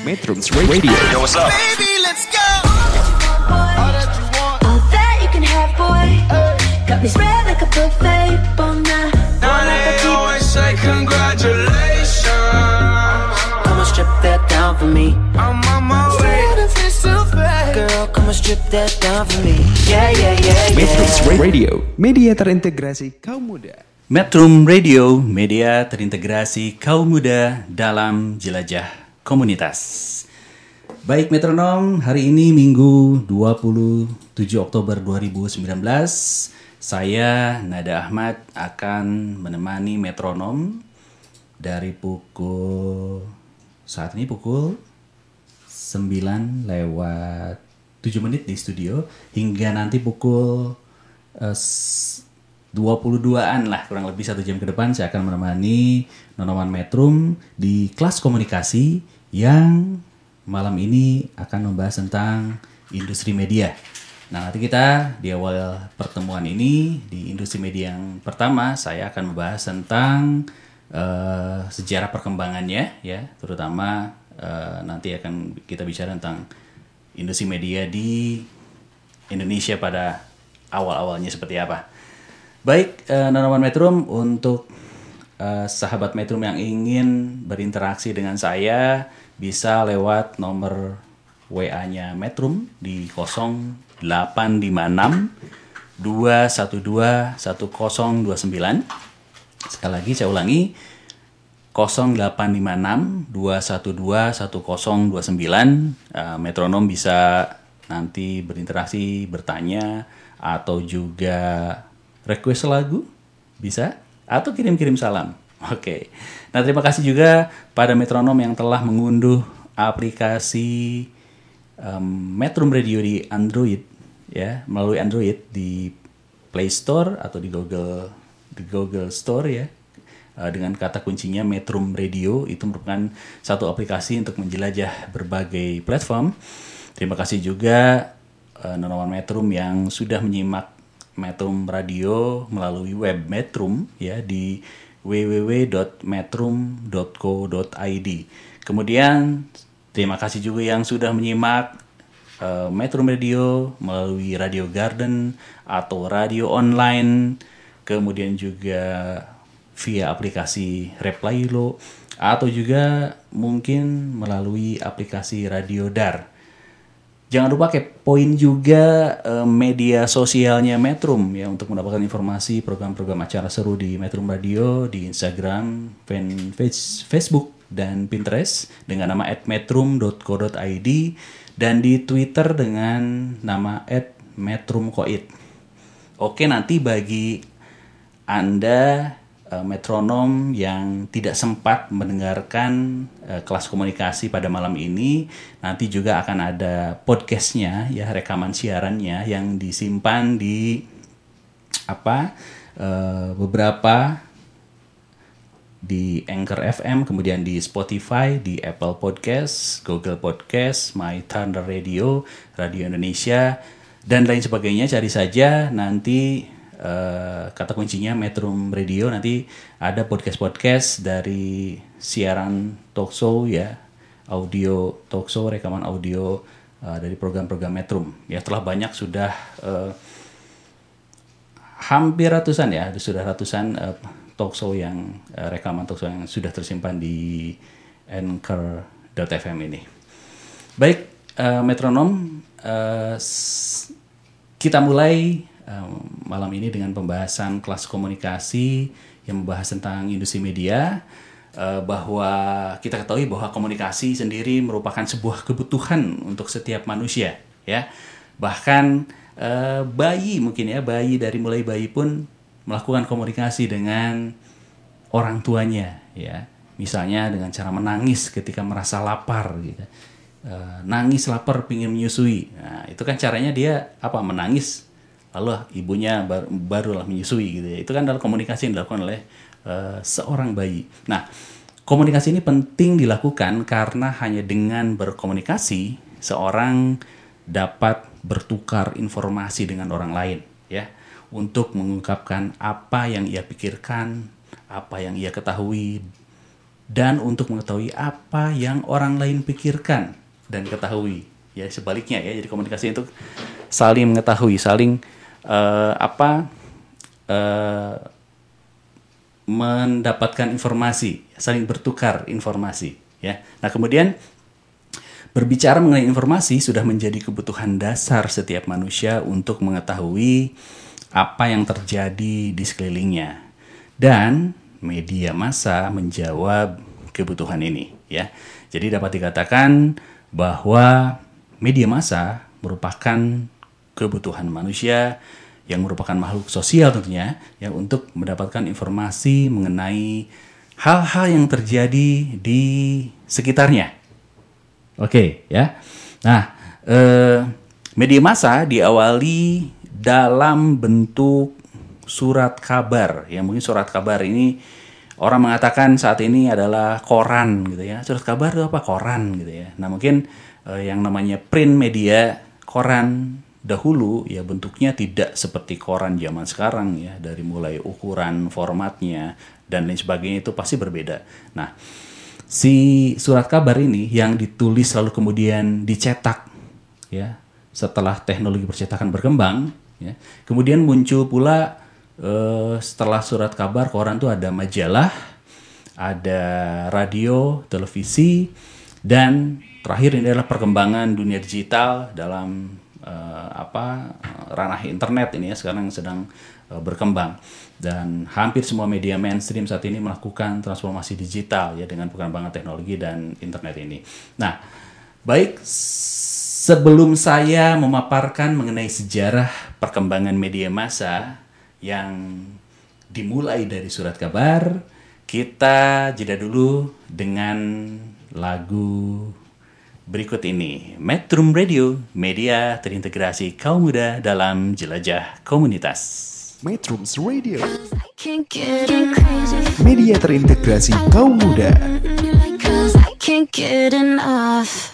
Metrums Radio. Yo, what's up? Baby, let's go. All that you want, All that you can have, boy. Got me spread like a buffet, bona. now they always say congratulations. Come and strip that down for me. I'm on my way. Girl, come and strip that down for me. Yeah, yeah, yeah, Metrums yeah. Radio, media terintegrasi kaum muda. Metrum Radio, media terintegrasi kaum muda dalam jelajah komunitas. Baik metronom, hari ini Minggu 27 Oktober 2019, saya Nada Ahmad akan menemani metronom dari saat ini pukul 9 lewat 7 menit di studio hingga nanti pukul 22-an lah, kurang lebih 1 jam ke depan saya akan menemani Nonoman Metrum di kelas komunikasi yang malam ini akan membahas tentang industri media. Nah, nanti kita di awal pertemuan ini di industri media yang pertama saya akan membahas tentang sejarah perkembangannya ya, terutama nanti akan kita bicara tentang industri media di Indonesia pada awal-awalnya seperti apa. Baik, Nonoman Metrum, untuk sahabat Metrum yang ingin berinteraksi dengan saya bisa lewat nomor WA-nya Metrum di 0856 212 1029. Sekali lagi saya ulangi, 0856 212 1029. Metronom bisa nanti berinteraksi, bertanya, atau juga request lagu bisa, atau kirim-kirim salam. Oke. Nah, terima kasih juga pada metronom yang telah mengunduh aplikasi Metrum Radio di Android ya, melalui Android di Play Store atau di Google Store ya. Dengan kata kuncinya Metrum Radio, itu merupakan satu aplikasi untuk menjelajah berbagai platform. Terima kasih juga Nonoman Metrum yang sudah menyimak Metrum Radio melalui web Metrum ya di www.metrum.co.id. Kemudian terima kasih juga yang sudah menyimak Metrum Radio melalui Radio Garden atau radio online, kemudian juga via aplikasi Replaylo atau juga mungkin melalui aplikasi Radio Dar. Jangan lupa kepoin juga media sosialnya Metrum ya untuk mendapatkan informasi program-program acara seru di Metrum Radio di Instagram, fanpage Facebook dan Pinterest dengan nama @metrum.co.id dan di Twitter dengan nama @metrumkoid. Oke, nanti bagi Anda metronom yang tidak sempat mendengarkan kelas komunikasi pada malam ini, nanti juga akan ada podcastnya ya, rekaman siarannya yang disimpan di beberapa di Anchor FM, kemudian di Spotify, di Apple Podcast, Google Podcast, My Thunder Radio, Radio Indonesia dan lain sebagainya. Cari saja nanti kata kuncinya Metrum Radio, nanti ada podcast dari siaran talkshow ya, audio talkshow, rekaman audio dari program-program Metrum ya. Telah banyak, sudah hampir ratusan ya, sudah ratusan talkshow yang rekaman talkshow yang sudah tersimpan di Anchor.fm ini. Baik, metronom, kita mulai malam ini dengan pembahasan kelas komunikasi yang membahas tentang industri media, bahwa kita ketahui bahwa komunikasi sendiri merupakan sebuah kebutuhan untuk setiap manusia ya. Bahkan bayi mungkin ya, dari mulai bayi pun melakukan komunikasi dengan orang tuanya ya. Misalnya dengan cara menangis ketika merasa lapar gitu. Nangis lapar pingin menyusui. Nah, itu kan caranya dia menangis, lalu ibunya barulah menyusui gitu ya. Itu kan adalah komunikasi yang dilakukan oleh seorang bayi. Nah, komunikasi ini penting dilakukan karena hanya dengan berkomunikasi seorang dapat bertukar informasi dengan orang lain ya, untuk mengungkapkan apa yang ia pikirkan, apa yang ia ketahui dan untuk mengetahui apa yang orang lain pikirkan dan ketahui. Ya, sebaliknya ya. Jadi komunikasi itu saling mengetahui, saling mendapatkan informasi, saling bertukar informasi ya. Nah, kemudian berbicara mengenai informasi sudah menjadi kebutuhan dasar setiap manusia untuk mengetahui apa yang terjadi di sekelilingnya. Dan media massa menjawab kebutuhan ini ya. Jadi dapat dikatakan bahwa media massa merupakan kebutuhan manusia yang merupakan makhluk sosial tentunya yang untuk mendapatkan informasi mengenai hal-hal yang terjadi di sekitarnya. Oke ya. Nah, media massa diawali dalam bentuk surat kabar. Ya, mungkin surat kabar ini orang mengatakan saat ini adalah koran gitu ya. Surat kabar itu apa? Koran gitu ya. Nah, mungkin yang namanya print media, koran dahulu ya bentuknya tidak seperti koran zaman sekarang ya, dari mulai ukuran, formatnya dan lain sebagainya itu pasti berbeda. Nah, si surat kabar ini yang ditulis lalu kemudian dicetak ya, setelah teknologi percetakan berkembang ya. Kemudian muncul pula setelah surat kabar koran itu ada majalah, ada radio, televisi, dan terakhir ini adalah perkembangan dunia digital dalam ranah internet ini ya, sekarang sedang berkembang, dan hampir semua media mainstream saat ini melakukan transformasi digital ya dengan perkembangan teknologi dan internet ini. Nah, baik, sebelum saya memaparkan mengenai sejarah perkembangan media massa yang dimulai dari surat kabar, kita jeda dulu dengan lagu berikut ini. Metrum Radio, media terintegrasi kaum muda dalam jelajah komunitas. Metrums Radio, Can't get crazy. media terintegrasi kaum muda. Cause I can't get enough.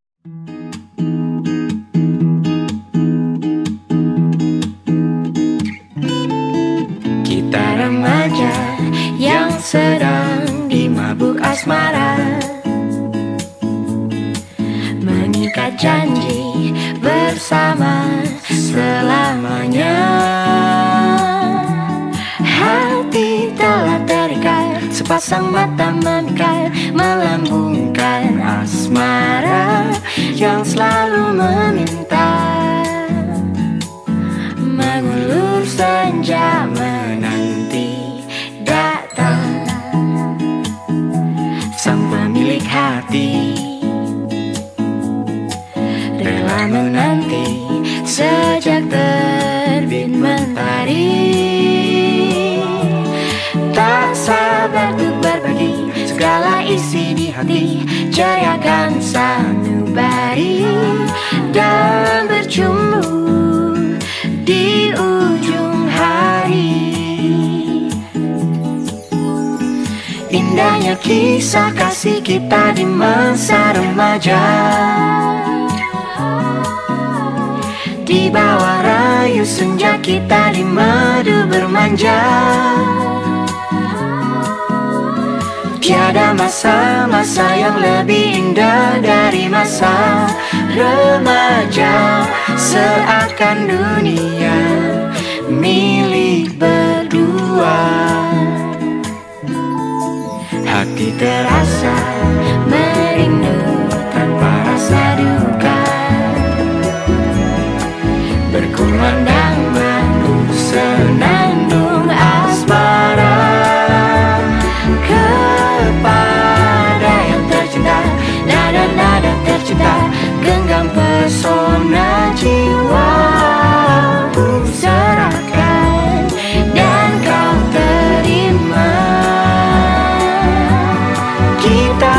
Kita remaja yang sedang dimabuk asmara, mengikat janji bersama selamanya. Hati telah terikat, sepasang mata memikat, melambungkan asmara yang selalu meminta. Mengulur senja menanti datang sang pemilik hati, rela menanti sejak terbit mentari. Tak sabar untuk berbagi segala isi di hati, ceriakan sanubari dan bercumbu di ujung hari. Indahnya kisah kasih kita di masa remaja, di bawah rayu senja kita di madu bermanja. Tiada masa-masa yang lebih indah dari masa remaja, seakan dunia milik berdua. Hati terasa merindu tanpa rasa duka, berkumandang madu senandung asmara kepada yang tercinta. Nada-nada tercipta, genggam pesona jiwa ku serahkan dan kau terima. Kita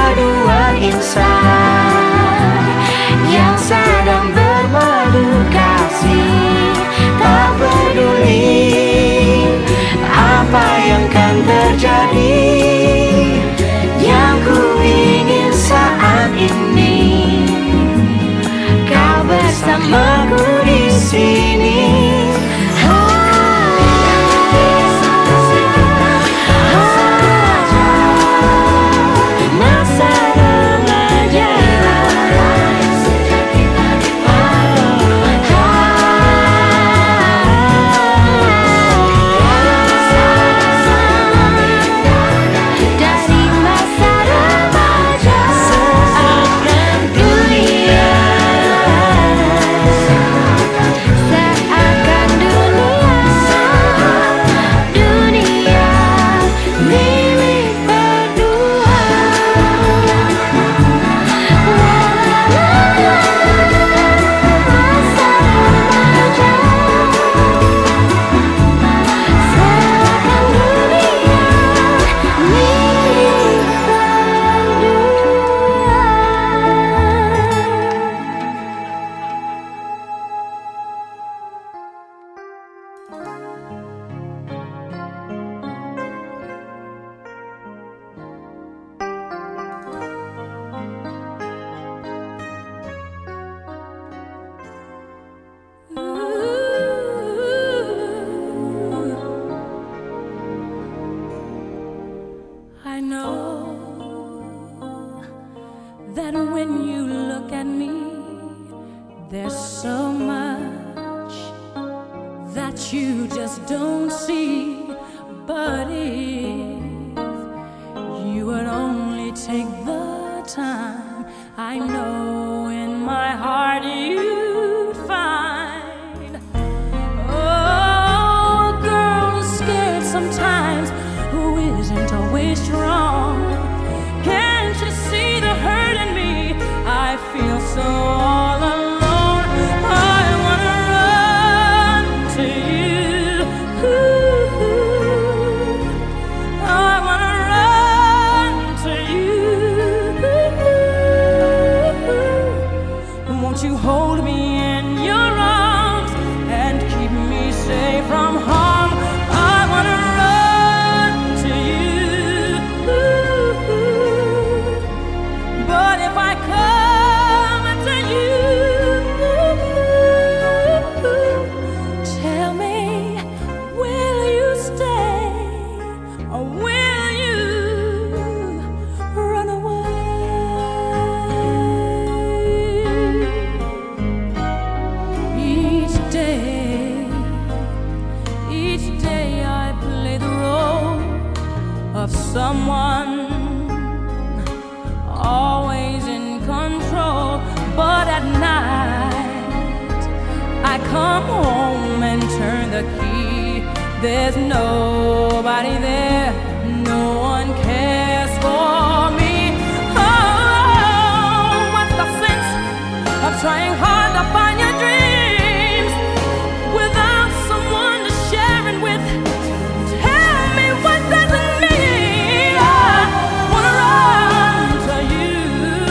when you look at me, there's so much that you just don't see. But if you would only take the time, I know in my heart you'd find. Oh, a girl is scared sometimes, who isn't always strong. Can't you see the hurt in me? I feel so all alone. I wanna run to you. I wanna run to you. Won't you hold me in your arms and keep me safe from harm? I wanna run to you. But if I come to you, tell me, will you stay or will you run away? Each day I play the role of someone always in control, but at night I come home and turn the key. There's nobody there, no one cares for me. Oh, what's the sense of trying hard to find your dreams without someone to share it with? Tell me, what does it mean? I wanna run to you.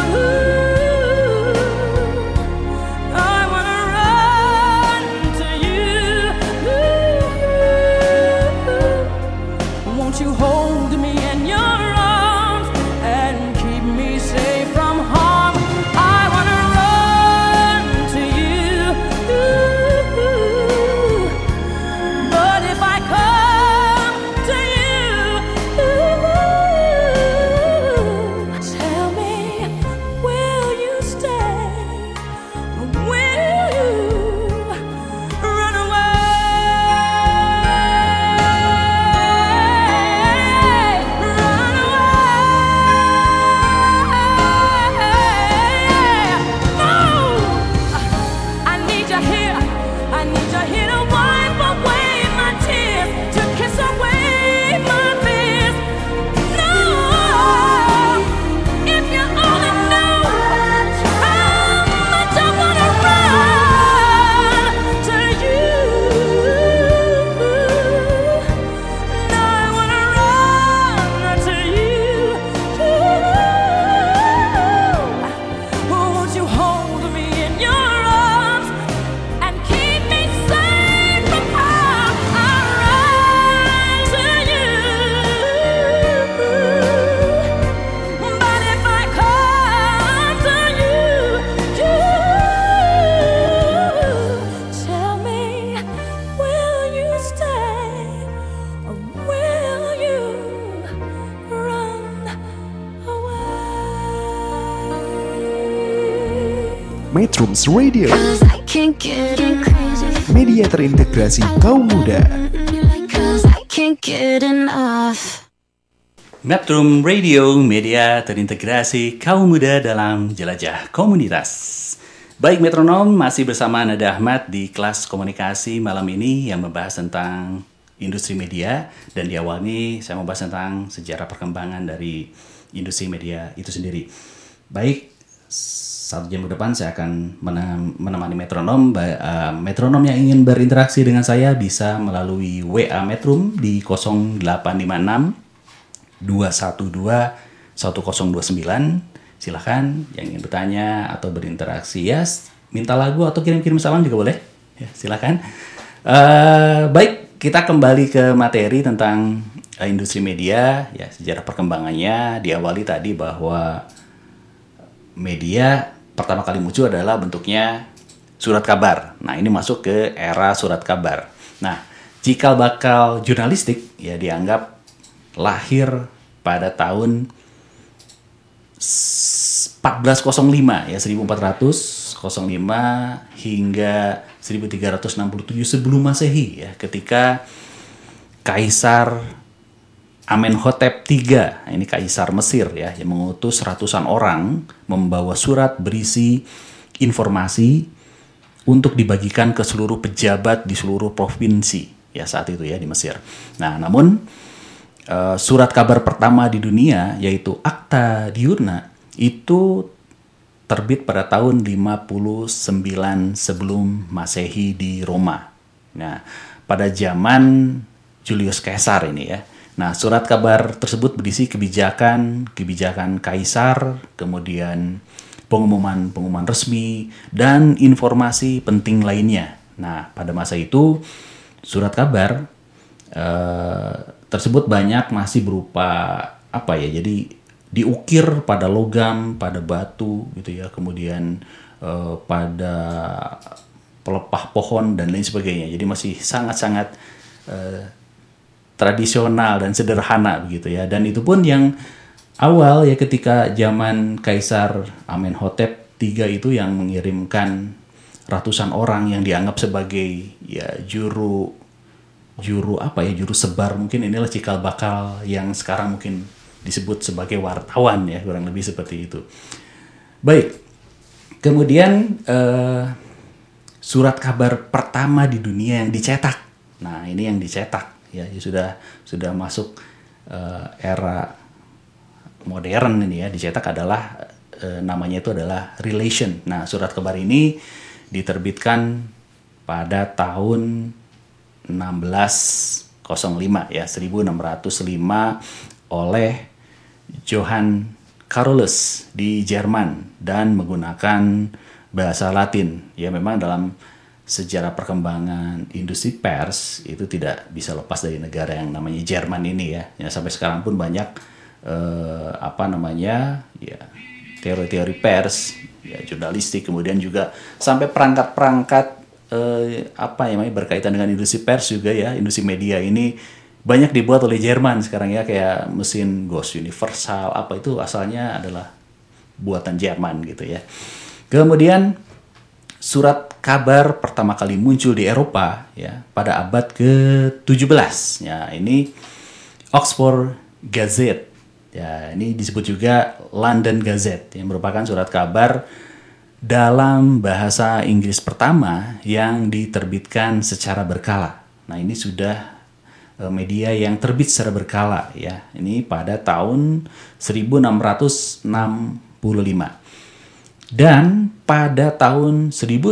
I wanna run to you. Won't you hold me in your arms and keep me safe from harm? I wanna run to you. But if I come to you, tell me, will you stay or will you run away? Run away. No, I need you here. I need you here to wipe away my tears, to kiss away my fears. No, if you only knew how much I wanna run to you. No, I wanna run to you. Won't you hold me in your arms and keep me safe from harm? I'll run to you. But if I come to you, tell me, will you stay or will you run away? Metrums Radio, 'Cause I can't get crazy. media terintegrasi kaum muda. 'Cause I can't get enough. Metrum Radio, media terintegrasi kaum muda dalam jelajah komunitas. Baik metronom, masih bersama Nada Ahmad di kelas komunikasi malam ini yang membahas tentang industri media, dan di awal ini saya membahas tentang sejarah perkembangan dari industri media itu sendiri. Baik, 1 jam ke depan saya akan menemani metronom. Metronom yang ingin berinteraksi dengan saya bisa melalui WA Metrum di 0856 212 1029. Silahkan yang ingin bertanya atau berinteraksi, ya minta lagu atau kirim-kirim salam juga boleh. Ya, silahkan. Baik, kita kembali ke materi tentang industri media. Ya, sejarah perkembangannya diawali tadi bahwa media pertama kali muncul adalah bentuknya surat kabar. Nah, ini masuk ke era surat kabar. Nah, cikal bakal jurnalistik ya dianggap lahir pada tahun 1405 ya, 1405 hingga 1367 sebelum Masehi ya, ketika Kaisar Amenhotep III, ini Kaisar Mesir ya, yang mengutus ratusan orang membawa surat berisi informasi untuk dibagikan ke seluruh pejabat di seluruh provinsi ya saat itu ya di Mesir. Nah, namun surat kabar pertama di dunia yaitu Acta Diurna itu terbit pada tahun 59 sebelum Masehi di Roma. Nah, pada zaman Julius Caesar ini ya. Nah, surat kabar tersebut berisi kebijakan kaisar, kemudian pengumuman resmi, dan informasi penting lainnya. Nah, pada masa itu, surat kabar tersebut banyak masih berupa apa ya, jadi diukir pada logam, pada batu gitu ya, kemudian pada pelepah pohon dan lain sebagainya. Jadi masih sangat-sangat tradisional dan sederhana begitu ya. Dan itu pun yang awal ya, ketika zaman Kaisar Amenhotep III itu yang mengirimkan ratusan orang yang dianggap sebagai ya juru sebar, mungkin inilah cikal bakal yang sekarang mungkin disebut sebagai wartawan ya, kurang lebih seperti itu. Baik, kemudian surat kabar pertama di dunia yang dicetak. Nah, ini yang dicetak ya, sudah masuk era modern ini ya, dicetak adalah namanya itu adalah Relation. Nah, surat kabar ini diterbitkan pada tahun 1605 ya, 1605 oleh Johann Carolus di Jerman dan menggunakan bahasa Latin. Ya, memang dalam sejarah perkembangan industri pers itu tidak bisa lepas dari negara yang namanya Jerman ini ya. Ya, sampai sekarang pun banyak teori-teori pers, ya, jurnalistik, kemudian juga sampai perangkat-perangkat berkaitan dengan industri pers juga ya, industri media ini banyak dibuat oleh Jerman sekarang ya, kayak mesin Ghost Universal itu asalnya adalah buatan Jerman gitu ya. Kemudian surat kabar pertama kali muncul di Eropa ya pada abad ke-17. Ya, ini Oxford Gazette. Ya, ini disebut juga London Gazette yang merupakan surat kabar dalam bahasa Inggris pertama yang diterbitkan secara berkala. Nah, ini sudah media yang terbit secara berkala ya. Ini pada tahun 1665. Dan pada tahun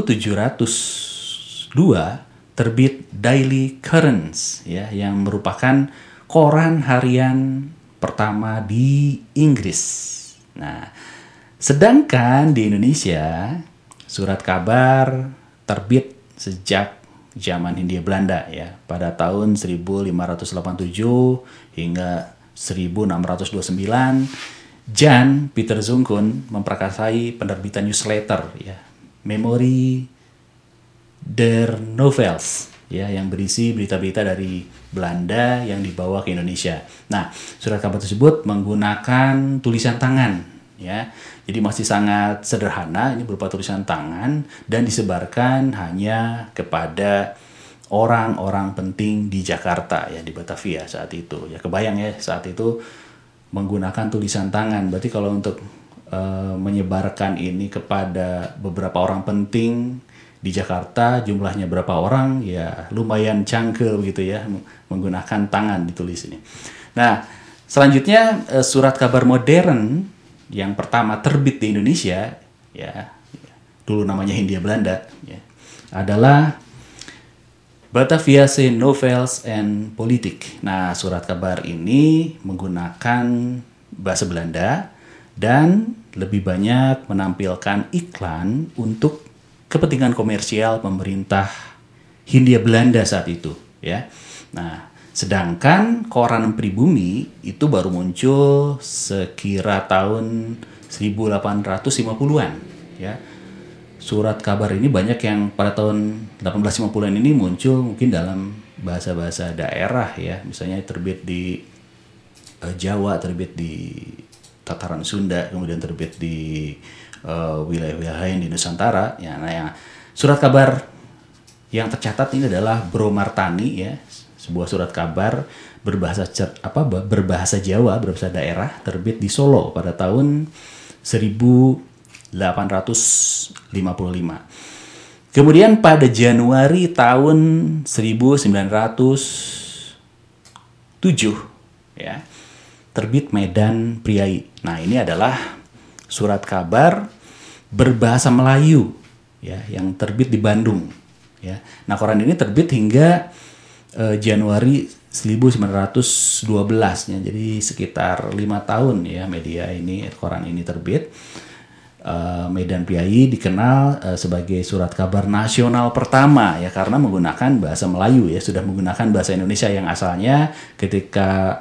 1702 terbit Daily Currents ya, yang merupakan koran harian pertama di Inggris. Nah, sedangkan di Indonesia surat kabar terbit sejak zaman Hindia Belanda ya, pada tahun 1587 hingga 1629. Jan Peter Zungkun memprakarsai penerbitan newsletter ya, Memory der Novels ya, yang berisi berita-berita dari Belanda yang dibawa ke Indonesia. Nah, surat kabar tersebut menggunakan tulisan tangan ya. Jadi masih sangat sederhana, ini berupa tulisan tangan dan disebarkan hanya kepada orang-orang penting di Jakarta ya, di Batavia saat itu. Ya, kebayang ya, saat itu menggunakan tulisan tangan. Berarti kalau untuk menyebarkan ini kepada beberapa orang penting di Jakarta, jumlahnya berapa orang ya, lumayan cangkel begitu ya, menggunakan tangan ditulis ini. Nah, selanjutnya surat kabar modern yang pertama terbit di Indonesia ya, dulu namanya Hindia Belanda ya, adalah Bataviase Novels and Politik. Nah, surat kabar ini menggunakan bahasa Belanda dan lebih banyak menampilkan iklan untuk kepentingan komersial pemerintah Hindia Belanda saat itu ya. Nah, sedangkan koran Pribumi itu baru muncul sekira tahun 1850-an ya. Surat kabar ini banyak yang pada tahun 1850-an ini muncul mungkin dalam bahasa-bahasa daerah ya. Misalnya terbit di Jawa, terbit di tataran Sunda, kemudian terbit di wilayah-wilayah lain di Nusantara. Ya, nah, yang surat kabar yang tercatat ini adalah Bro Martani, ya, sebuah surat kabar berbahasa Jawa, berbahasa daerah, terbit di Solo pada tahun 1855. Kemudian pada Januari tahun 1907, ya, terbit Medan Priai. Nah, ini adalah surat kabar berbahasa Melayu, ya, yang terbit di Bandung, ya. Nah, koran ini terbit hingga Januari 1912, ya. Jadi sekitar 5 tahun, ya, koran ini terbit. Medan Priai dikenal sebagai surat kabar nasional pertama, ya, karena menggunakan bahasa Melayu, ya, sudah menggunakan bahasa Indonesia yang asalnya ketika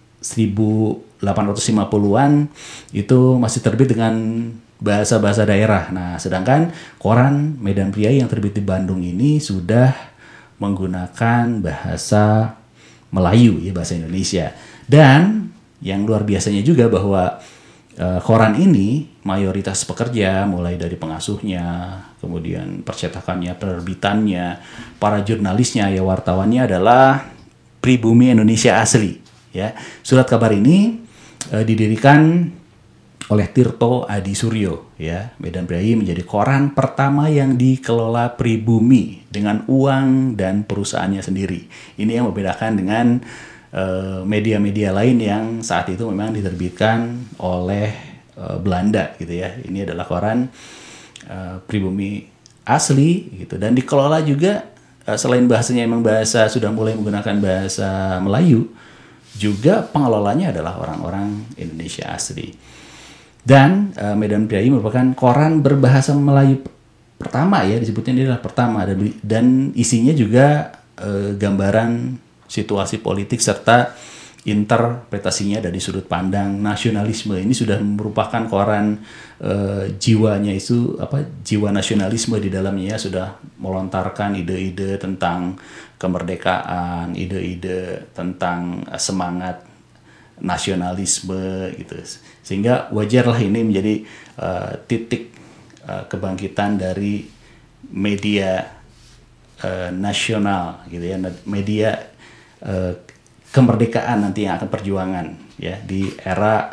1850-an itu masih terbit dengan bahasa-bahasa daerah. Nah, sedangkan koran Medan Priai yang terbit di Bandung ini sudah menggunakan bahasa Melayu, ya, bahasa Indonesia. Dan yang luar biasanya juga bahwa koran ini mayoritas pekerja, mulai dari pengasuhnya, kemudian percetakannya, penerbitannya, para jurnalisnya, ya, wartawannya adalah pribumi Indonesia asli, ya. Surat kabar ini didirikan oleh Tirto Adi Suryo, ya. Medan Priai menjadi koran pertama yang dikelola pribumi dengan uang dan perusahaannya sendiri. Ini yang membedakan dengan media-media lain yang saat itu memang diterbitkan oleh Belanda, gitu, ya. Ini adalah koran pribumi asli, gitu, dan dikelola juga selain bahasanya memang sudah mulai menggunakan bahasa Melayu, juga pengelolanya adalah orang-orang Indonesia asli. Dan Medan Priai merupakan koran berbahasa Melayu pertama, ya, disebutnya ini adalah pertama, dan isinya juga gambaran situasi politik serta interpretasinya dari sudut pandang nasionalisme. Ini sudah merupakan koran jiwanya itu jiwa nasionalisme di dalamnya, sudah melontarkan ide-ide tentang kemerdekaan, ide-ide tentang semangat nasionalisme, gitu. Sehingga wajarlah ini menjadi titik kebangkitan dari media nasional, gitu, ya, media kemerdekaan nanti yang akan perjuangan, ya, di era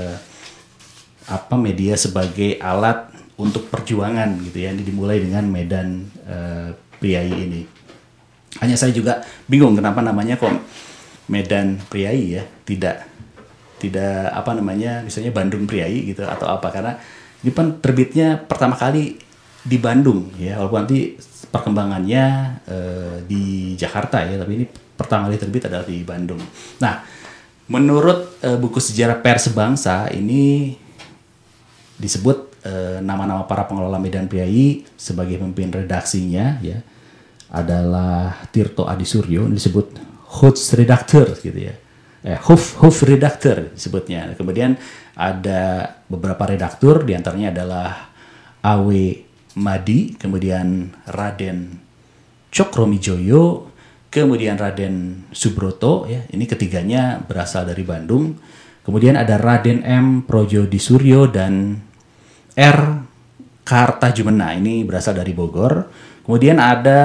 media sebagai alat untuk perjuangan, gitu, ya. Ini dimulai dengan Medan Priai ini. Hanya saya juga bingung kenapa namanya kok Medan Priai, ya, tidak misalnya Bandung Priai, gitu, atau apa, karena ini kan terbitnya pertama kali di Bandung, ya, walaupun nanti perkembangannya di Jakarta, ya, tapi ini pertama kali terbit adalah di Bandung. Nah, menurut buku sejarah Pers Bangsa ini disebut nama-nama para pengelola Medan Priai sebagai pemimpin redaksinya, ya, adalah Tirto Adi Suryo, disebut Hoofdredakteur, gitu, ya. Hoofdredakteur disebutnya. Kemudian ada beberapa redaktur, diantaranya adalah A.W. Madi, kemudian Raden Cokromijoyo, kemudian Raden Subroto, ya, ini ketiganya berasal dari Bandung. Kemudian ada Raden M. Projodisuryo dan R. Kartajumena, ini berasal dari Bogor. Kemudian ada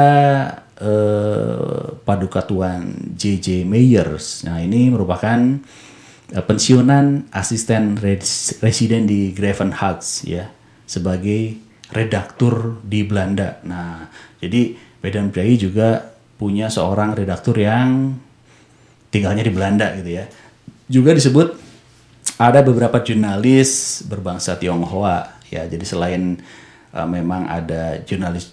Paduka Tuan J.J. Meyers. Nah, ini merupakan pensiunan asisten residen di Gravenhage, ya, sebagai redaktur di Belanda. Nah, jadi Medan Priai juga punya seorang redaktur yang tinggalnya di Belanda, gitu, ya. Juga disebut ada beberapa jurnalis berbangsa Tionghoa, ya. Jadi selain memang ada jurnalis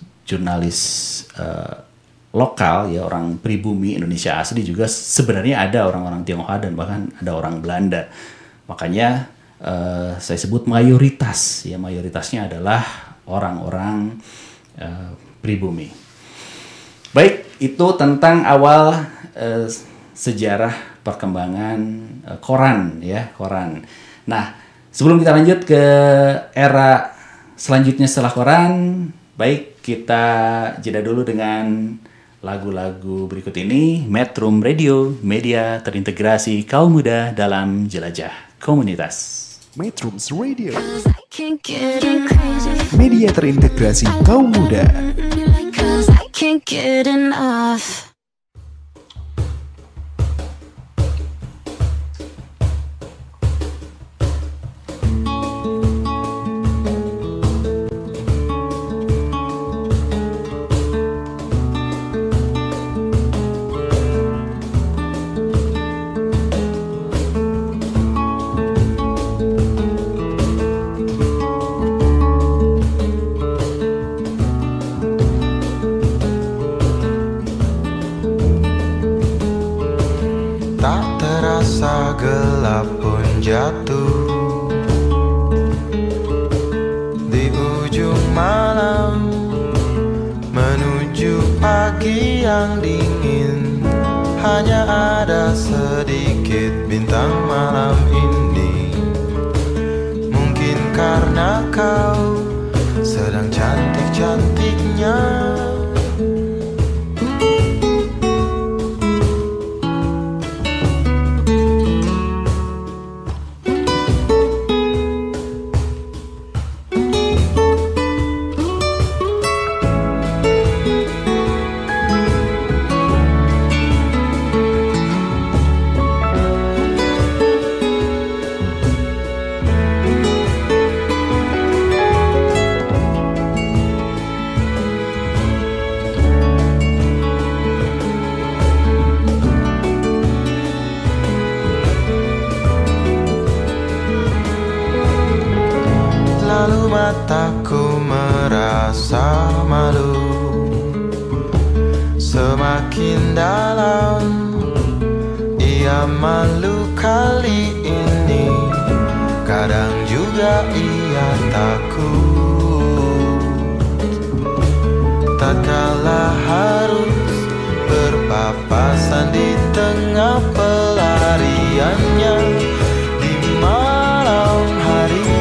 lokal, ya, orang pribumi Indonesia asli, juga sebenarnya ada orang-orang Tionghoa dan bahkan ada orang Belanda. Makanya saya sebut mayoritas, ya, mayoritasnya adalah orang-orang pribumi. Baik, itu tentang awal sejarah perkembangan koran, ya, koran. Nah, sebelum kita lanjut ke era selanjutnya setelah koran, baik, kita jeda dulu dengan lagu-lagu berikut ini. Metrum Radio, media terintegrasi kaum muda dalam jelajah komunitas. Metrums Radio, Can't get in crazy. media terintegrasi kaum muda. Cause I can't get enough. Tak terasa gelap pun jatuh di ujung malam menuju pagi yang dingin. Hanya ada sedikit bintang malam ini. Mungkin karena kau sedang cantik-cantiknya. Lalu mataku merasa malu. Semakin dalam ia malu kali ini. Kadang juga ia takut. Tatkala harus berpapasan di tengah pelariannya di malam hari.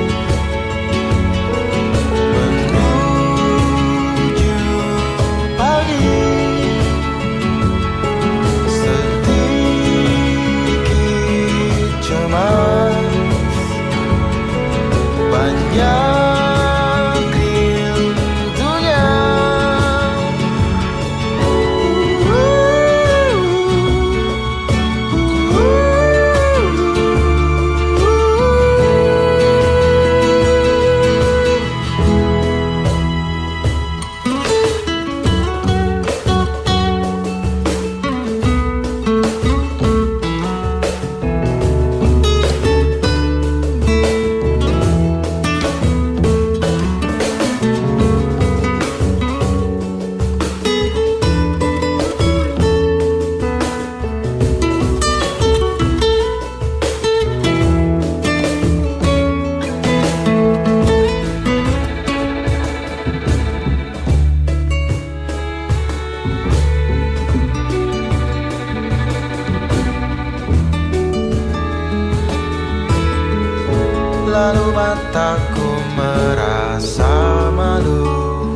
Lalu mataku merasa malu.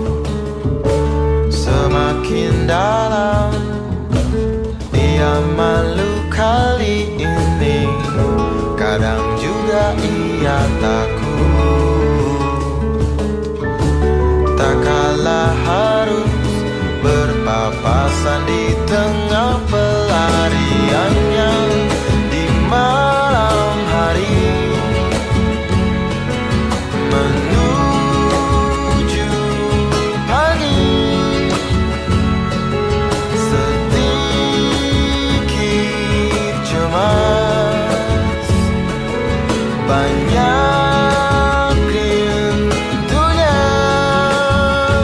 Semakin dalam ia malu kali ini. Kadang juga ia takut. Tak kalah harus berpapasan di tengah pelariannya di malam hari. Menuju pagi, sedikit cemas, banyak rindunya.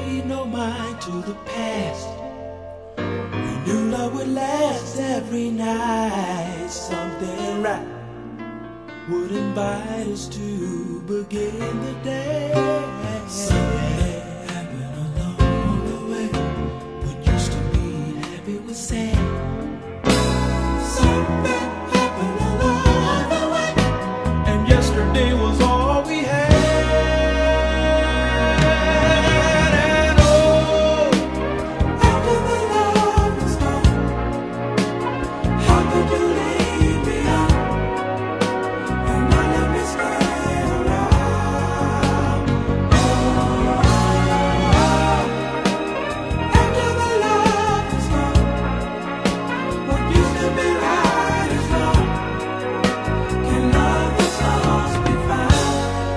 paid no mind to the past. We knew love would last every night. Something right would invite us to begin the day. Something happened along the way. What used to be happy was sad. Something happened along the way, and yesterday was all we had. And oh, after the love was gone, how could you leave me on and not let me stay around? After the love was gone, what used to be right is wrong. Can love that's lost be found?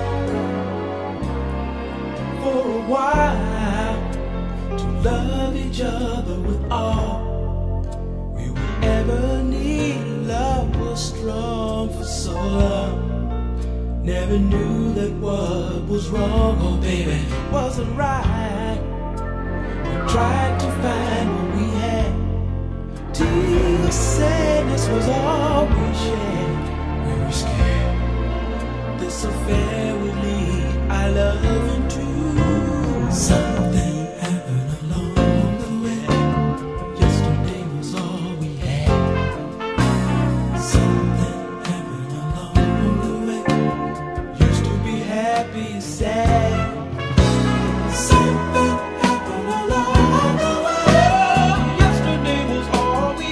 For a while, to love each other with all we would ever need. Love was strong for so long. Never knew that what was wrong, oh baby, wasn't right. We tried to find what we had. Tears, sadness was all we shared. We were scared this affair would lead our love into something happened along the way. Yesterday was all we had. Something happened along the way. Used to be happy, sad. Something happened along the way. Yesterday was all we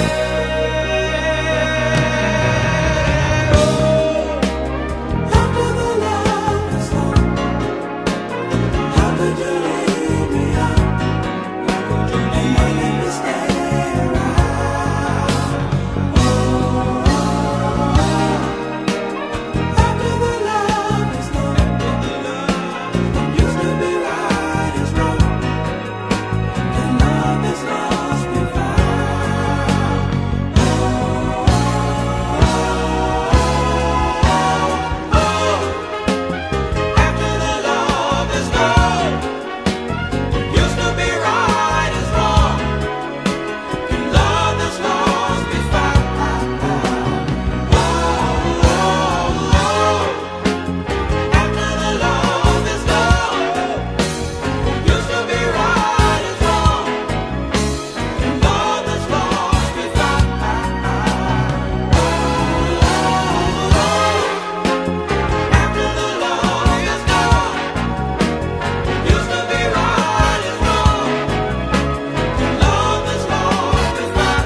had. Oh, after the love was gone, how could you leave me on? How could you leave me stay around? Oh, after the love was gone, what used to be right is wrong. And love that's lost we found. After the love is gone, what used to be right is wrong. And love that's lost we found. After the love is gone, what used to be right is wrong. And love that's lost we found. After the love is gone, what used to be right is wrong. And love that's lost we found.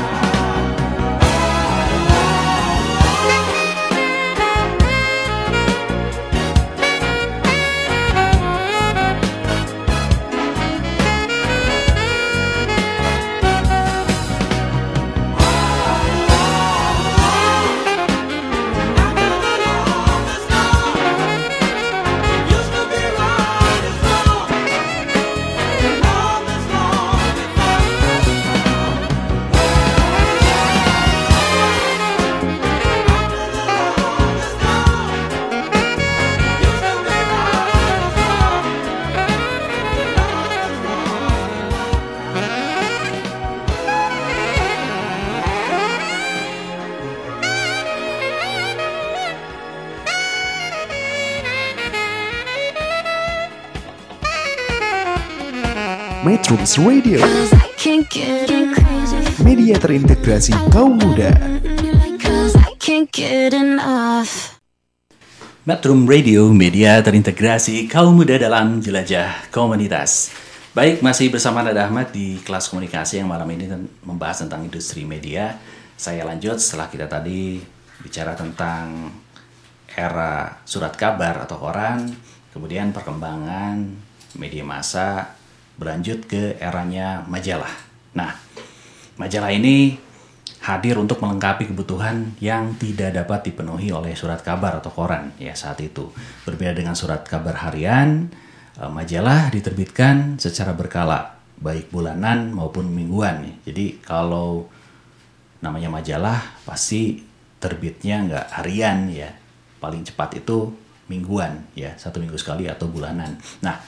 Metrums Radio, Cause I can't get enough. media terintegrasi kaum muda. Cause I can't get enough. Metrum Radio, media terintegrasi kaum muda dalam jelajah komunitas. Baik, masih bersama Nada Ahmad di kelas komunikasi yang malam ini membahas tentang industri media. Saya lanjut setelah kita tadi bicara tentang era surat kabar atau koran, kemudian perkembangan media massa, berlanjut ke eranya majalah. Nah, majalah ini hadir untuk melengkapi kebutuhan yang tidak dapat dipenuhi oleh surat kabar atau koran ya saat itu. Berbeda dengan surat kabar harian, majalah diterbitkan secara berkala, baik bulanan maupun mingguan. Jadi kalau namanya majalah pasti terbitnya nggak harian ya, paling cepat itu mingguan ya, 1 minggu sekali atau bulanan. Nah,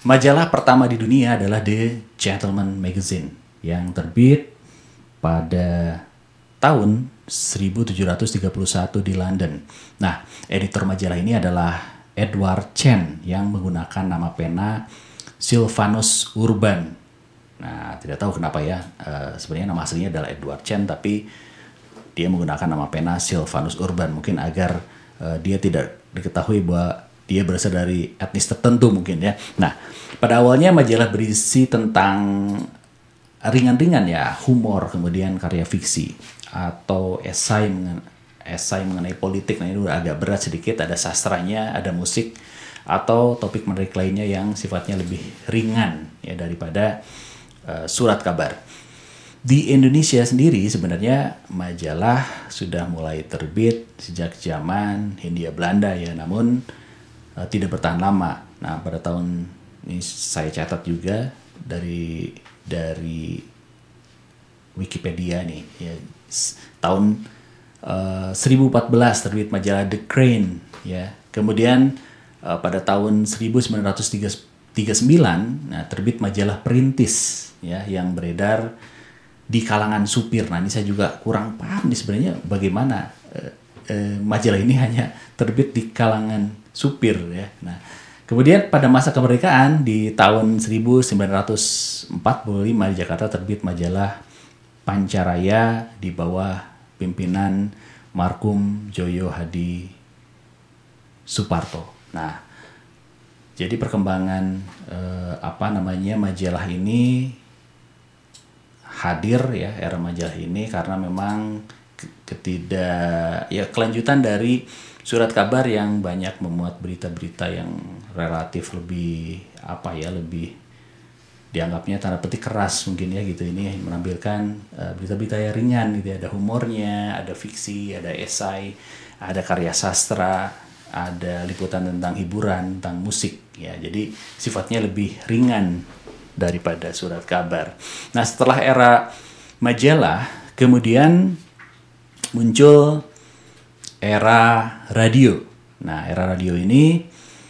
Majalah pertama di dunia adalah The Gentleman Magazine yang terbit pada tahun 1731 di London. Nah, editor majalah ini adalah Edward Chen yang menggunakan nama pena Sylvanus Urban. Nah, tidak tahu kenapa ya, sebenarnya nama aslinya adalah Edward Chen, tapi dia menggunakan nama pena Sylvanus Urban, mungkin agar dia tidak diketahui bahwa dia berasal dari etnis tertentu mungkin ya. Nah, pada awalnya majalah berisi tentang ringan-ringan ya, humor, kemudian karya fiksi atau esai mengenai politik. Nah, ini udah agak berat sedikit, ada sastranya, ada musik atau topik menarik lainnya yang sifatnya lebih ringan ya daripada surat kabar. Di Indonesia sendiri sebenarnya majalah sudah mulai terbit sejak zaman Hindia Belanda ya, namun tidak bertahan lama. Nah, pada tahun ini saya catat juga dari Wikipedia nih ya, tahun 1014 terbit majalah The Crane ya. Kemudian pada tahun 1939 nah, terbit majalah Perintis ya yang beredar di kalangan supir. Nah, ini saya juga kurang paham nih sebenarnya bagaimana majalah ini hanya terbit di kalangan supir ya. Nah, kemudian pada masa kemerdekaan di tahun 1945 di Jakarta terbit majalah Pancaraya di bawah pimpinan marhum Joyo Hadi Suparto. Nah, jadi perkembangan majalah ini hadir ya, era majalah ini karena memang kelanjutan dari surat kabar yang banyak memuat berita-berita yang relatif lebih dianggapnya tanda petik keras mungkin ya gitu. Ini menampilkan berita-berita yang ringan gitu ya. Ada humornya, ada fiksi, ada esai, ada karya sastra, ada liputan tentang hiburan, tentang musik ya. Jadi sifatnya lebih ringan daripada surat kabar. Nah, setelah era majalah kemudian muncul era radio. Nah, era radio ini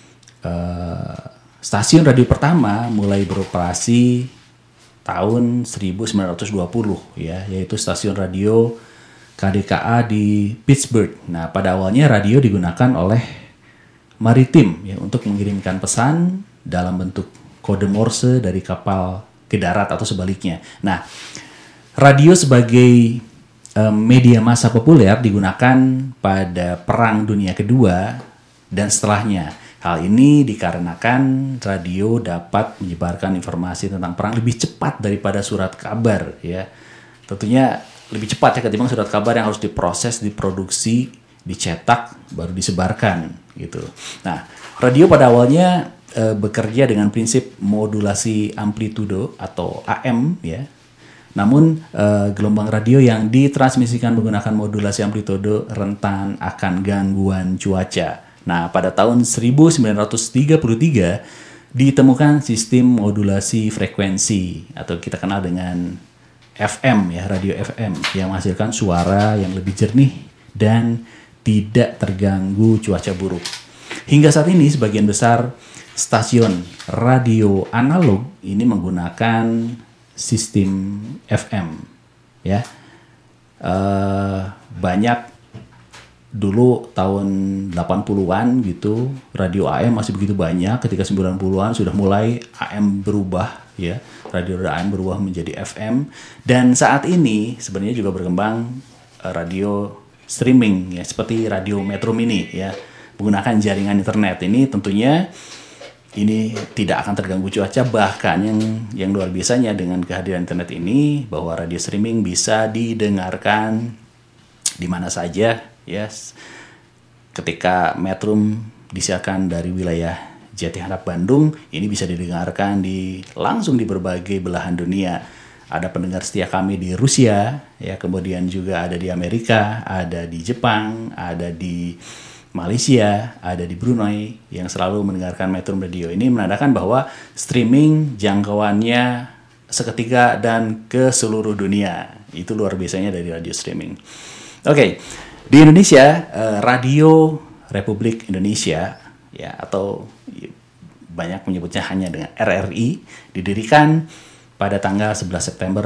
stasiun radio pertama mulai beroperasi tahun 1920 ya, yaitu stasiun radio KDKA di Pittsburgh. Nah, pada awalnya radio digunakan oleh maritim ya untuk mengirimkan pesan dalam bentuk kode Morse dari kapal ke darat atau sebaliknya. Nah, radio sebagai media massa populer digunakan pada Perang Dunia Kedua dan setelahnya. Hal ini dikarenakan radio dapat menyebarkan informasi tentang perang lebih cepat daripada surat kabar ya. Tentunya lebih cepat ya ketimbang surat kabar yang harus diproses, diproduksi, dicetak baru disebarkan gitu. Nah, radio pada awalnya bekerja dengan prinsip modulasi amplitudo atau AM ya. Namun gelombang radio yang ditransmisikan menggunakan modulasi amplitudo rentan akan gangguan cuaca. Nah, pada tahun 1933 ditemukan sistem modulasi frekuensi atau kita kenal dengan FM ya, radio FM yang menghasilkan suara yang lebih jernih dan tidak terganggu cuaca buruk. Hingga saat ini sebagian besar stasiun radio analog ini menggunakan sistem FM ya. Banyak dulu tahun 80-an gitu radio AM masih begitu banyak, ketika 90-an sudah mulai AM berubah ya, radio AM berubah menjadi FM, dan saat ini sebenarnya juga berkembang radio streaming ya, seperti radio Metro Mini ya, menggunakan jaringan internet. Ini tentunya ini tidak akan terganggu cuaca, bahkan yang luar biasanya dengan kehadiran internet ini bahwa radio streaming bisa didengarkan di mana saja. Yes, ketika Metrum disiarkan dari wilayah Jatiharap Bandung, ini bisa didengarkan langsung di berbagai belahan dunia. Ada pendengar setia kami di Rusia, ya, kemudian juga ada di Amerika, ada di Jepang, ada di Malaysia, ada di Brunei yang selalu mendengarkan Metrum Radio. Ini menandakan bahwa streaming jangkauannya seketika dan ke seluruh dunia. Itu luar biasanya dari radio streaming. Oke. Di Indonesia, Radio Republik Indonesia ya, atau banyak menyebutnya hanya dengan RRI, didirikan pada tanggal 11 September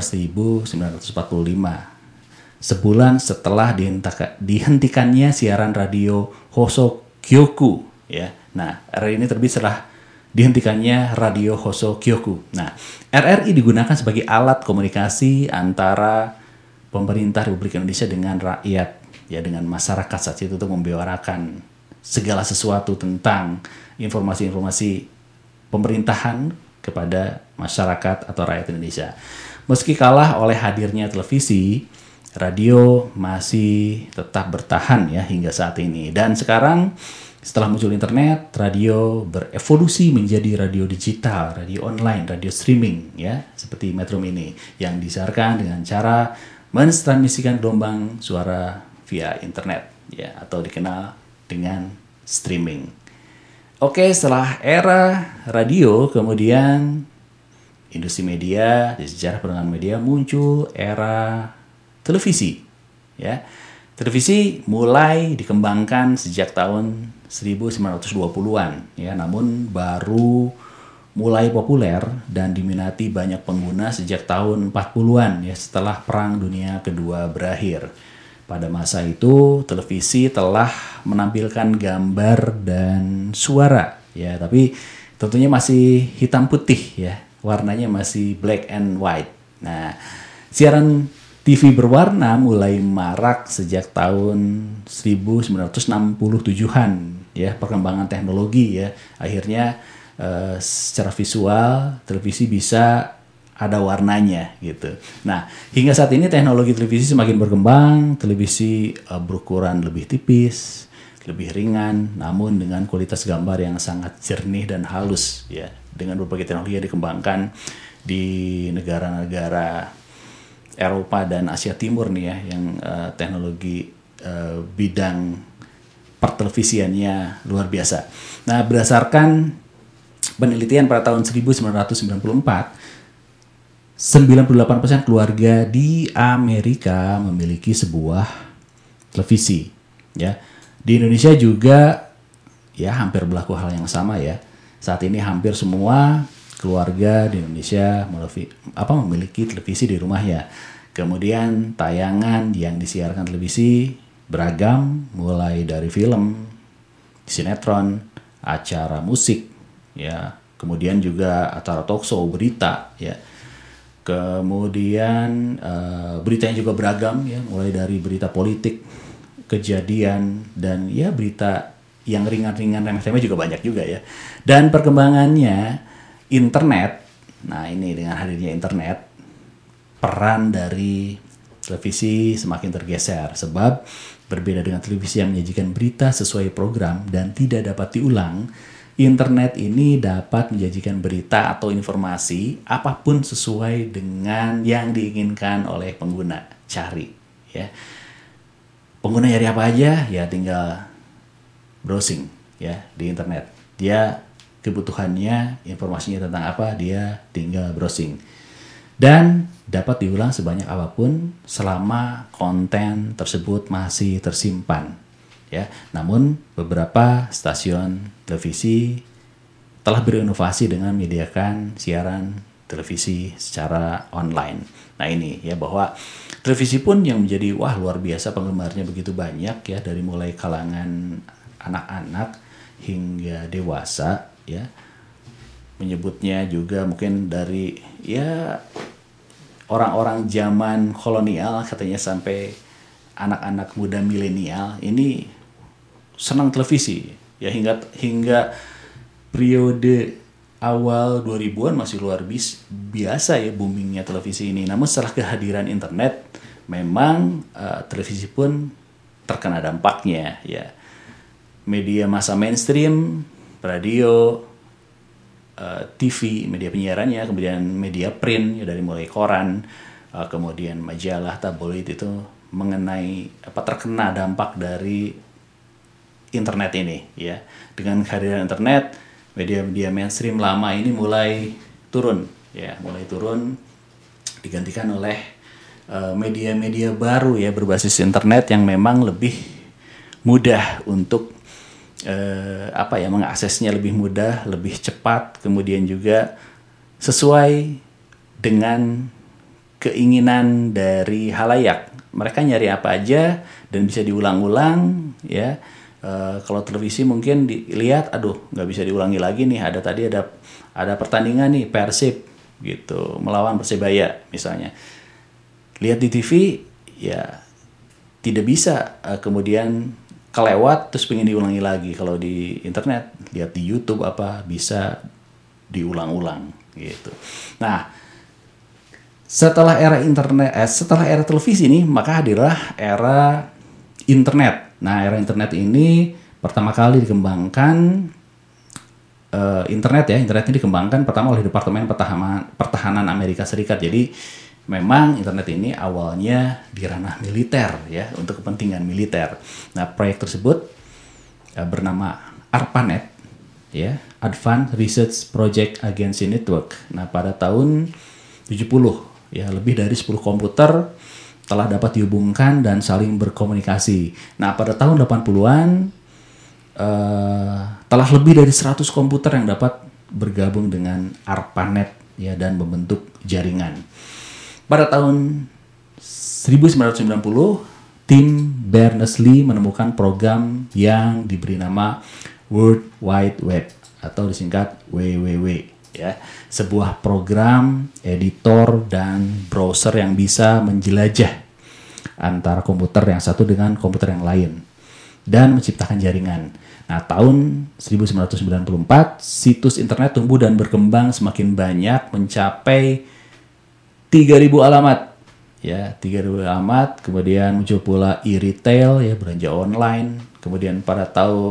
1945. Sebulan setelah dihentikannya siaran radio Hosokyoku, ya. Nah, RRI ini terbit setelah dihentikannya radio Hosokyoku. Nah, RRI digunakan sebagai alat komunikasi antara pemerintah Republik Indonesia dengan rakyat, ya, dengan masyarakat saat itu untuk membicarakan segala sesuatu tentang informasi-informasi pemerintahan kepada masyarakat atau rakyat Indonesia. Meski kalah oleh hadirnya televisi, radio masih tetap bertahan ya hingga saat ini. Dan sekarang setelah muncul internet, radio berevolusi menjadi radio digital, radio online, radio streaming ya, seperti Metro ini yang disiarkan dengan cara mentransmisikan gelombang suara via internet ya, atau dikenal dengan streaming. Oke, setelah era radio, kemudian industri media, di sejarah perkembangan media muncul era televisi, ya. Televisi mulai dikembangkan sejak tahun 1920-an, ya. Namun baru mulai populer dan diminati banyak pengguna sejak tahun 40-an, ya, setelah Perang Dunia Kedua berakhir. Pada masa itu televisi telah menampilkan gambar dan suara, ya, tapi tentunya masih hitam putih, ya. Warnanya masih black and white. Nah, siaran TV berwarna mulai marak sejak tahun 1967-an, ya, perkembangan teknologi ya. Akhirnya secara visual televisi bisa ada warnanya gitu. Nah, hingga saat ini teknologi televisi semakin berkembang, televisi berukuran lebih tipis, lebih ringan, namun dengan kualitas gambar yang sangat jernih dan halus ya. Dengan berbagai teknologi yang dikembangkan di negara-negara Eropa dan Asia Timur nih ya, yang teknologi bidang pertelevisiannya luar biasa. Nah, berdasarkan penelitian pada tahun 1994, 98% keluarga di Amerika memiliki sebuah televisi. Ya, di Indonesia juga ya hampir berlaku hal yang sama ya. Saat ini hampir semua keluarga di Indonesia memiliki televisi di rumahnya. Kemudian tayangan yang disiarkan televisi beragam, mulai dari film, sinetron, acara musik, ya, kemudian juga acara talkshow, berita, ya. Kemudian beritanya juga beragam, ya, mulai dari berita politik, kejadian, dan ya berita yang ringan-ringan, remeh-temeh juga banyak juga ya. Dan perkembangannya internet, nah ini dengan hadirnya internet, peran dari televisi semakin tergeser. Sebab berbeda dengan televisi yang menyajikan berita sesuai program dan tidak dapat diulang, internet ini dapat menyajikan berita atau informasi apapun sesuai dengan yang diinginkan oleh pengguna cari. Ya. Pengguna nyari apa aja, ya tinggal browsing ya di internet. Dia kebutuhannya, informasinya tentang apa, dia tinggal browsing. Dan dapat diulang sebanyak apapun selama konten tersebut masih tersimpan. Ya, namun beberapa stasiun televisi telah berinovasi dengan menyediakan siaran televisi secara online. Nah ini ya, bahwa televisi pun yang menjadi luar biasa penggemarnya begitu banyak ya, dari mulai kalangan anak-anak hingga dewasa ya. Menyebutnya juga mungkin dari ya orang-orang zaman kolonial katanya sampai anak-anak muda milenial ini senang televisi ya, hingga periode awal 2000-an masih luar biasa ya boomingnya televisi ini. Namun setelah kehadiran internet memang televisi pun terkena dampaknya ya. Media massa mainstream, radio, TV, media penyiarannya, kemudian media print ya, dari mulai koran, kemudian majalah, tabloid, itu mengenai terkena dampak dari internet ini ya. Dengan kehadiran internet, media-media mainstream lama ini mulai turun ya, digantikan oleh media-media baru ya berbasis internet yang memang lebih mudah untuk mengaksesnya lebih mudah, lebih cepat, kemudian juga sesuai dengan keinginan dari halayak. Mereka nyari apa aja dan bisa diulang-ulang, ya. Kalau televisi mungkin dilihat, nggak bisa diulangi lagi nih. Ada pertandingan nih Persib gitu melawan Persebaya misalnya. Lihat di TV ya tidak bisa kemudian kelewat terus pengen diulangi lagi. Kalau di internet lihat di YouTube bisa diulang-ulang gitu. Nah, setelah era televisi ini, maka hadirlah era internet. Nah, era internet ini pertama kali dikembangkan internet ini dikembangkan pertama oleh Departemen Pertahanan Amerika Serikat. Jadi memang internet ini awalnya di ranah militer ya, untuk kepentingan militer. Nah, proyek tersebut bernama ARPANET ya, Advanced Research Project Agency Network. Nah, pada tahun 70 ya, lebih dari 10 komputer telah dapat dihubungkan dan saling berkomunikasi. Nah, pada tahun 80-an telah lebih dari 100 komputer yang dapat bergabung dengan ARPANET ya, dan membentuk jaringan. Pada tahun 1990, tim Berners-Lee menemukan program yang diberi nama World Wide Web atau disingkat WWW. Ya, sebuah program editor dan browser yang bisa menjelajah antara komputer yang satu dengan komputer yang lain dan menciptakan jaringan. Nah, tahun 1994 situs internet tumbuh dan berkembang semakin banyak, mencapai 3.000 alamat. Ya, 3.000 alamat. Kemudian muncul pula e-retail ya, belanja online. Kemudian pada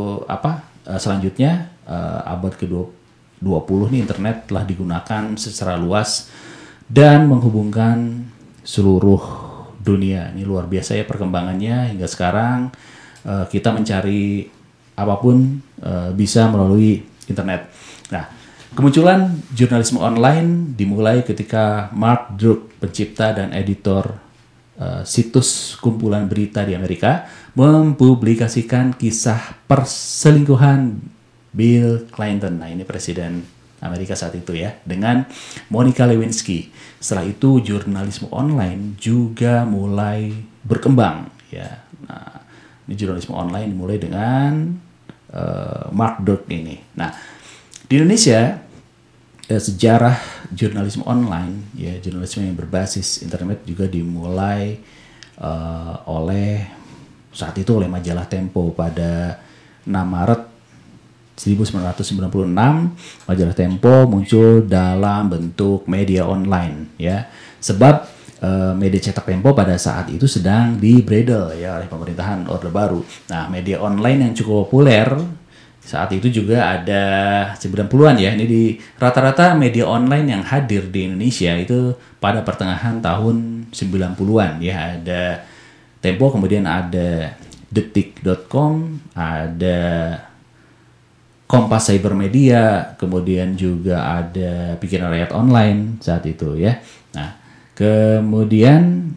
selanjutnya abad ke-20 nih, internet telah digunakan secara luas dan menghubungkan seluruh dunia. Ini luar biasa ya perkembangannya, hingga sekarang kita mencari apapun bisa melalui internet. Nah, kemunculan jurnalisme online dimulai ketika Mark Druck, pencipta dan editor situs kumpulan berita di Amerika, mempublikasikan kisah perselingkuhan Bill Clinton. Nah, ini presiden Amerika saat itu ya, dengan Monica Lewinsky. Setelah itu jurnalisme online juga mulai berkembang ya. Nah, ini jurnalisme online dimulai dengan Mark Druck ini. Nah, di Indonesia sejarah jurnalisme online ya, jurnalisme yang berbasis internet juga dimulai saat itu oleh majalah Tempo. Pada 6 Maret 1996 majalah Tempo muncul dalam bentuk media online ya, sebab media cetak Tempo pada saat itu sedang dibredel ya oleh pemerintahan Orde Baru. Nah, media online yang cukup populer saat itu juga ada 90-an ya. Ini di rata-rata media online yang hadir di Indonesia itu pada pertengahan tahun 90-an ya. Ada Tempo, kemudian ada detik.com, ada Kompas Cybermedia, kemudian juga ada Pikiran Rakyat Online saat itu ya. Nah, kemudian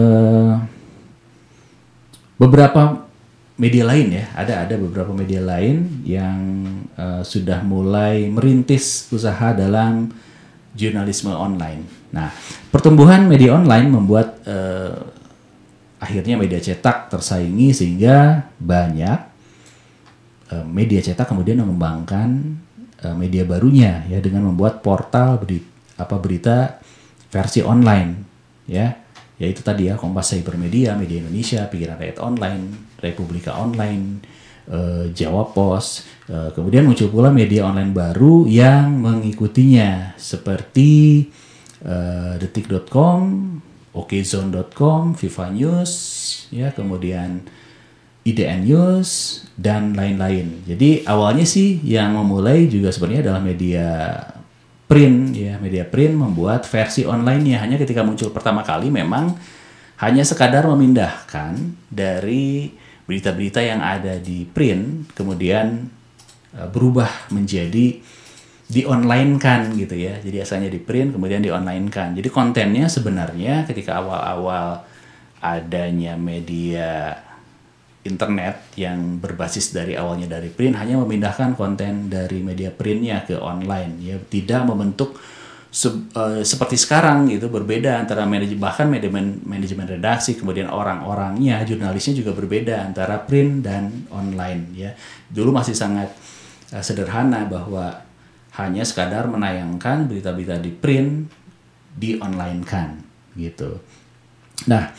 beberapa media lain ya, ada beberapa media lain yang sudah mulai merintis usaha dalam jurnalisme online. Nah, pertumbuhan media online membuat akhirnya media cetak tersaingi, sehingga banyak media cetak kemudian mengembangkan media barunya ya, dengan membuat portal berita versi online ya, yaitu tadi ya, Kompas Cybermedia, Media Indonesia, Pikiran Rakyat Online, Republika Online, Jawa Pos. Kemudian muncul pula media online baru yang mengikutinya seperti detik.com, okezone.com, Viva News ya, kemudian IDN News dan lain-lain. Jadi awalnya sih yang memulai juga sebenarnya adalah media print ya, media print membuat versi online-nya. Hanya ketika muncul pertama kali memang hanya sekadar memindahkan dari berita-berita yang ada di print kemudian berubah menjadi di-online-kan gitu ya. Jadi asalnya di print kemudian di-online-kan. Jadi kontennya sebenarnya ketika awal-awal adanya media internet yang berbasis dari awalnya dari print hanya memindahkan konten dari media printnya ke online, ya, tidak membentuk seperti sekarang gitu, berbeda antara bahkan manajemen redaksi, kemudian orang-orangnya, jurnalisnya juga berbeda antara print dan online, ya. Dulu masih sangat sederhana bahwa hanya sekadar menayangkan berita-berita di print di online kan gitu. Nah,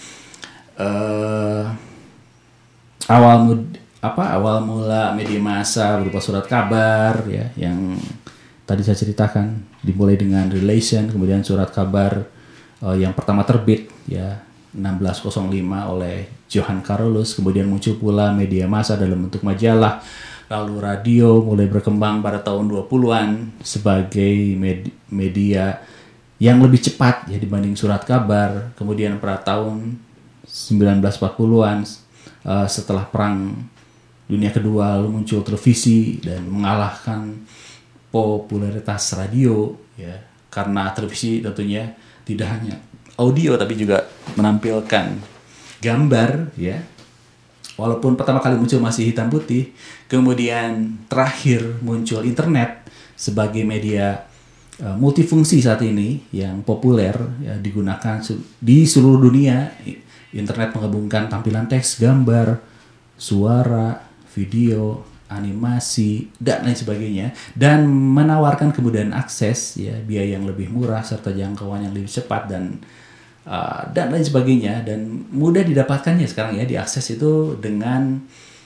awal mula media massa berupa surat kabar, ya, yang tadi saya ceritakan, dimulai dengan Relation, kemudian surat kabar yang pertama terbit, ya, 1605 oleh Johann Carolus, kemudian muncul pula media massa dalam bentuk majalah, lalu radio mulai berkembang pada tahun 20-an sebagai media yang lebih cepat, ya, dibanding surat kabar. Kemudian pada tahun 1940-an setelah Perang Dunia Kedua lalu muncul televisi dan mengalahkan popularitas radio, ya, karena televisi tentunya tidak hanya audio tapi juga menampilkan gambar, ya. Walaupun pertama kali muncul masih hitam putih, kemudian terakhir muncul internet sebagai media multifungsi saat ini yang populer, ya, digunakan di seluruh dunia. Internet menggabungkan tampilan teks, gambar, suara, video, animasi, dan lain sebagainya, dan menawarkan kemudahan akses, ya, biaya yang lebih murah serta jangkauan yang lebih cepat dan lain sebagainya, dan mudah didapatkannya sekarang, ya, diakses itu dengan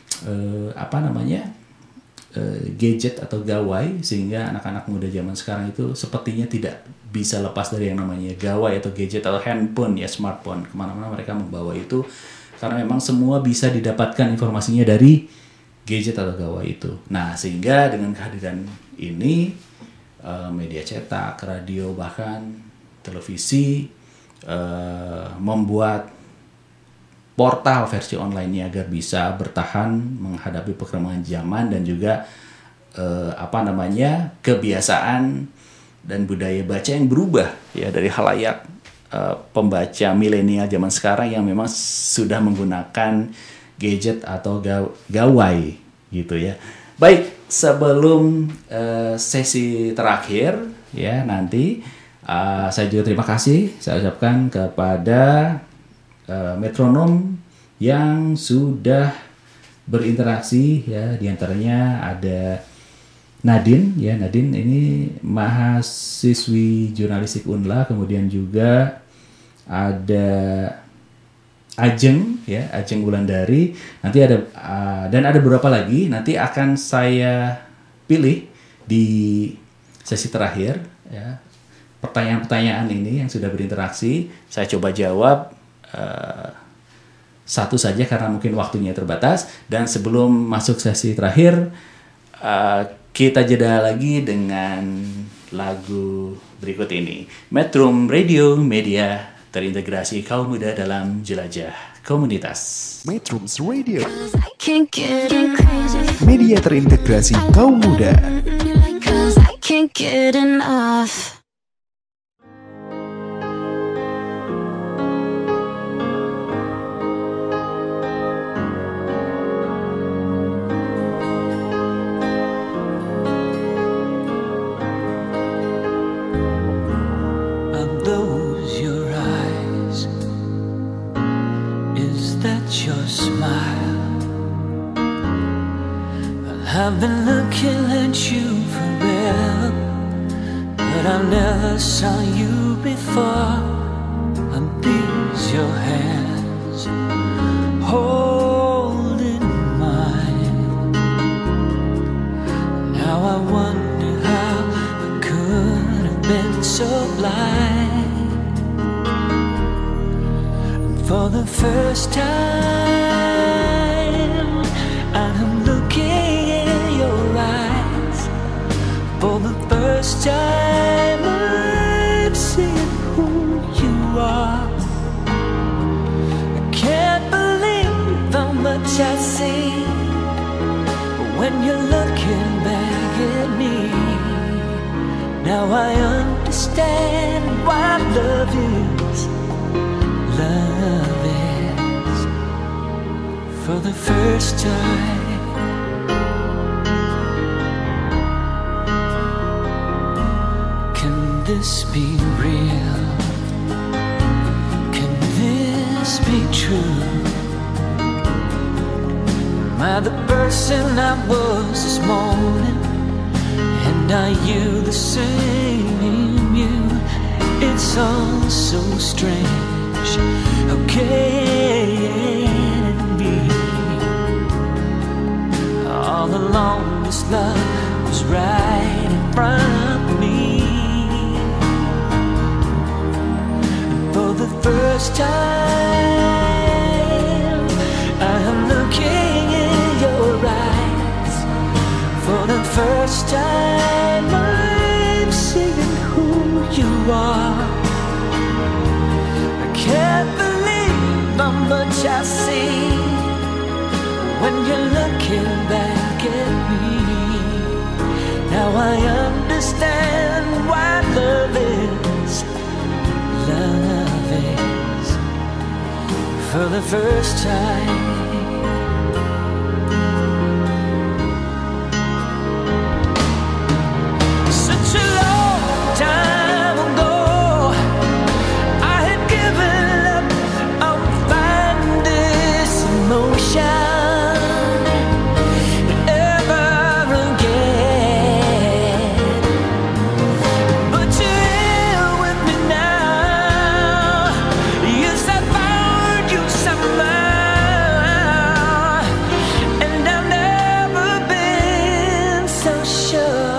gadget atau gawai, sehingga anak-anak muda zaman sekarang itu sepertinya tidak bisa lepas dari yang namanya gawai atau gadget atau handphone, ya, smartphone. Kemana-mana mereka membawa itu karena memang semua bisa didapatkan informasinya dari gadget atau gawai itu. Nah, sehingga dengan kehadiran ini media cetak, radio, bahkan televisi membuat portal versi online-nya agar bisa bertahan menghadapi perkembangan zaman dan juga kebiasaan dan budaya baca yang berubah, ya, dari khalayak pembaca milenial zaman sekarang yang memang sudah menggunakan gadget atau gawai gitu, ya. Baik, sebelum sesi terakhir, ya, nanti saya juga terima kasih saya ucapkan kepada metronom yang sudah berinteraksi, ya, diantaranya ada Nadine, ya. Nadine ini mahasiswi jurnalistik UNLA, kemudian juga ada Ajeng, ya, Ajeng Wulandari. Nanti ada dan ada beberapa lagi nanti akan saya pilih di sesi terakhir, ya. Pertanyaan-pertanyaan ini yang sudah berinteraksi saya coba jawab satu saja karena mungkin waktunya terbatas, dan sebelum masuk sesi terakhir kita jeda lagi dengan lagu berikut ini. Metro Radio, media terintegrasi kaum muda dalam jelajah komunitas. Metro Radio, media terintegrasi kaum muda. I've been looking at you forever, but I never saw you before. And these your hands holding mine. Now I wonder how I could have been so blind. And for the first time I'm looking in your eyes. For the first time I'm seeing who you are. I can't believe how much I see when you're looking back at me. Now I understand why love is for the first time. Can this be real? Can this be true? Am I the person I was this morning? And are you the same you? It's all so strange. How can it be? All along this love was right in front of me. And for the first time I am looking in your eyes. For the first time I'm seeing who you are. I can't believe how much I see when you're looking back at me. Now I understand why love is for the first time. Such a long time ago, I had given up on finding this emotion ever again. But you're here with me now. Yes, I found you somehow, and I've never been so sure.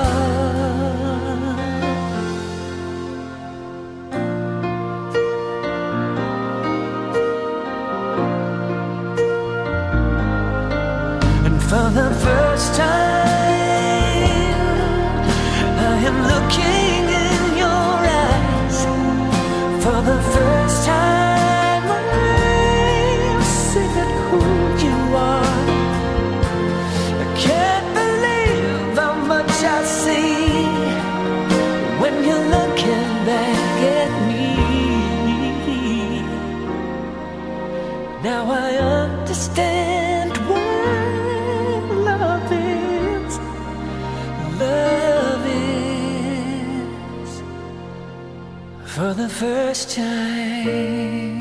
And for the first time, I am looking in your eyes. For the first time, I'm seeing who you are. I can't believe how much I see when you're looking back at me. Now I understand what love is. Love is for the first time.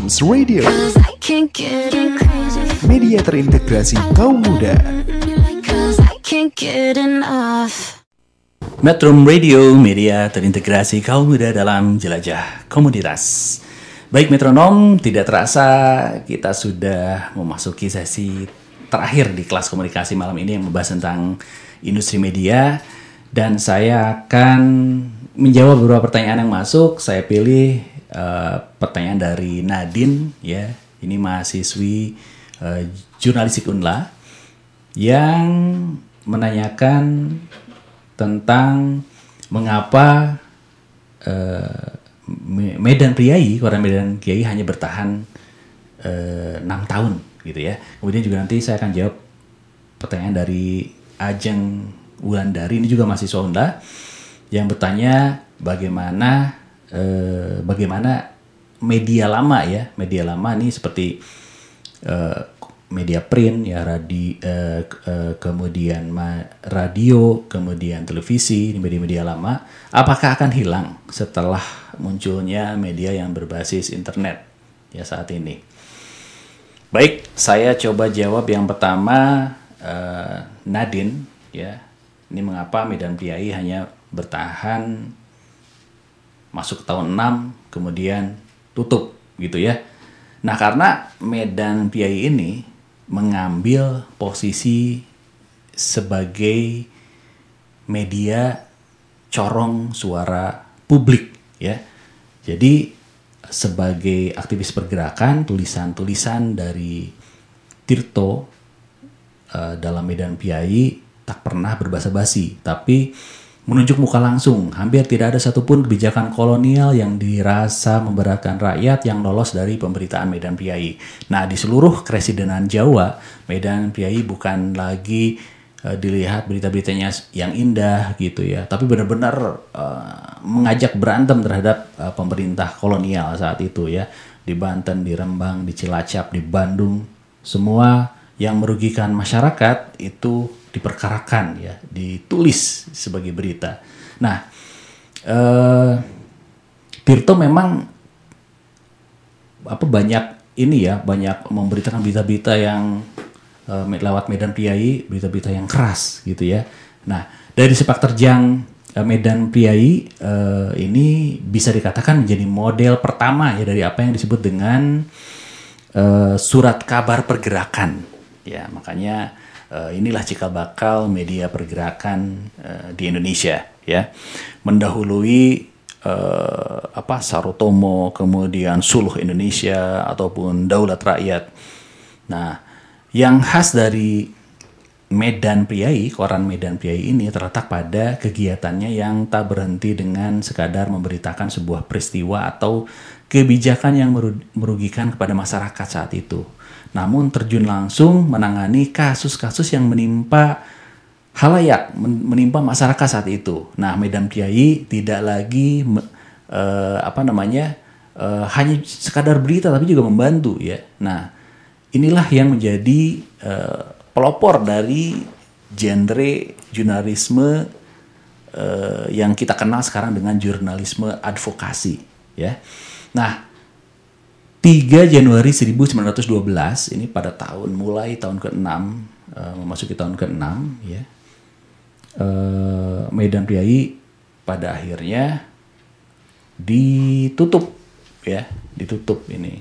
Metrums Radio, 'Cause I can't get crazy. media terintegrasi kaum muda. 'Cause I can't get enough. Metrum Radio, media terintegrasi kaum muda dalam jelajah komoditas. Baik metronom, tidak terasa kita sudah memasuki sesi terakhir di kelas komunikasi malam ini yang membahas tentang industri media. Dan saya akan menjawab beberapa pertanyaan yang masuk. Saya pilih pertanyaan dari Nadine, ya. Ini mahasiswi jurnalistik Unla yang menanyakan tentang mengapa Medan Priayi, koran Medan Priayi hanya bertahan 6 tahun gitu ya. Kemudian juga nanti saya akan jawab pertanyaan dari Ajeng Wulandari, ini juga mahasiswa Unla yang bertanya bagaimana media lama ya, media lama nih seperti media print ya, kemudian radio, kemudian televisi, media-media lama, apakah akan hilang setelah munculnya media yang berbasis internet ya saat ini? Baik, saya coba jawab yang pertama, Nadine ya. Ini mengapa Medan Priayi hanya bertahan masuk ke tahun 6 kemudian tutup gitu ya. Nah, karena Medan Priayi ini mengambil posisi sebagai media corong suara publik ya. Jadi sebagai aktivis pergerakan, tulisan-tulisan dari Tirto dalam Medan Priayi tak pernah berbahasa basi, tapi menunjuk muka langsung. Hampir tidak ada satupun kebijakan kolonial yang dirasa memberatkan rakyat yang lolos dari pemberitaan Medan Priayi. Nah, di seluruh Kresidenan Jawa, Medan Priayi bukan lagi dilihat berita-beritanya yang indah gitu ya, tapi benar-benar mengajak berantem terhadap pemerintah kolonial saat itu ya. Di Banten, di Rembang, di Cilacap, di Bandung, semua yang merugikan masyarakat itu diperkarakan ya, ditulis sebagai berita. Nah, Tirto memang banyak ini ya, banyak memberitakan berita-berita yang lewat Medan Priayi, berita-berita yang keras gitu ya. Nah, dari sepak terjang Medan Priayi ini bisa dikatakan menjadi model pertama ya dari apa yang disebut dengan surat kabar pergerakan ya. Makanya inilah cikal bakal media pergerakan di Indonesia ya, mendahului Sarotomo, kemudian Suluh Indonesia ataupun Daulat Rakyat. Nah, yang khas dari Medan Priayi, koran Medan Priayi ini terletak pada kegiatannya yang tak berhenti dengan sekadar memberitakan sebuah peristiwa atau kebijakan yang merugikan kepada masyarakat saat itu. Namun terjun langsung menangani kasus-kasus yang menimpa halayak, menimpa masyarakat saat itu. Nah, Medan Priayi tidak lagi hanya sekadar berita, tapi juga membantu ya. Nah, inilah yang menjadi pelopor dari genre jurnalisme yang kita kenal sekarang dengan jurnalisme advokasi ya. Nah, 3 Januari 1912 ini pada mulai tahun ke-6 memasuki tahun ke-6 ya. Medan Priayi pada akhirnya ditutup ini.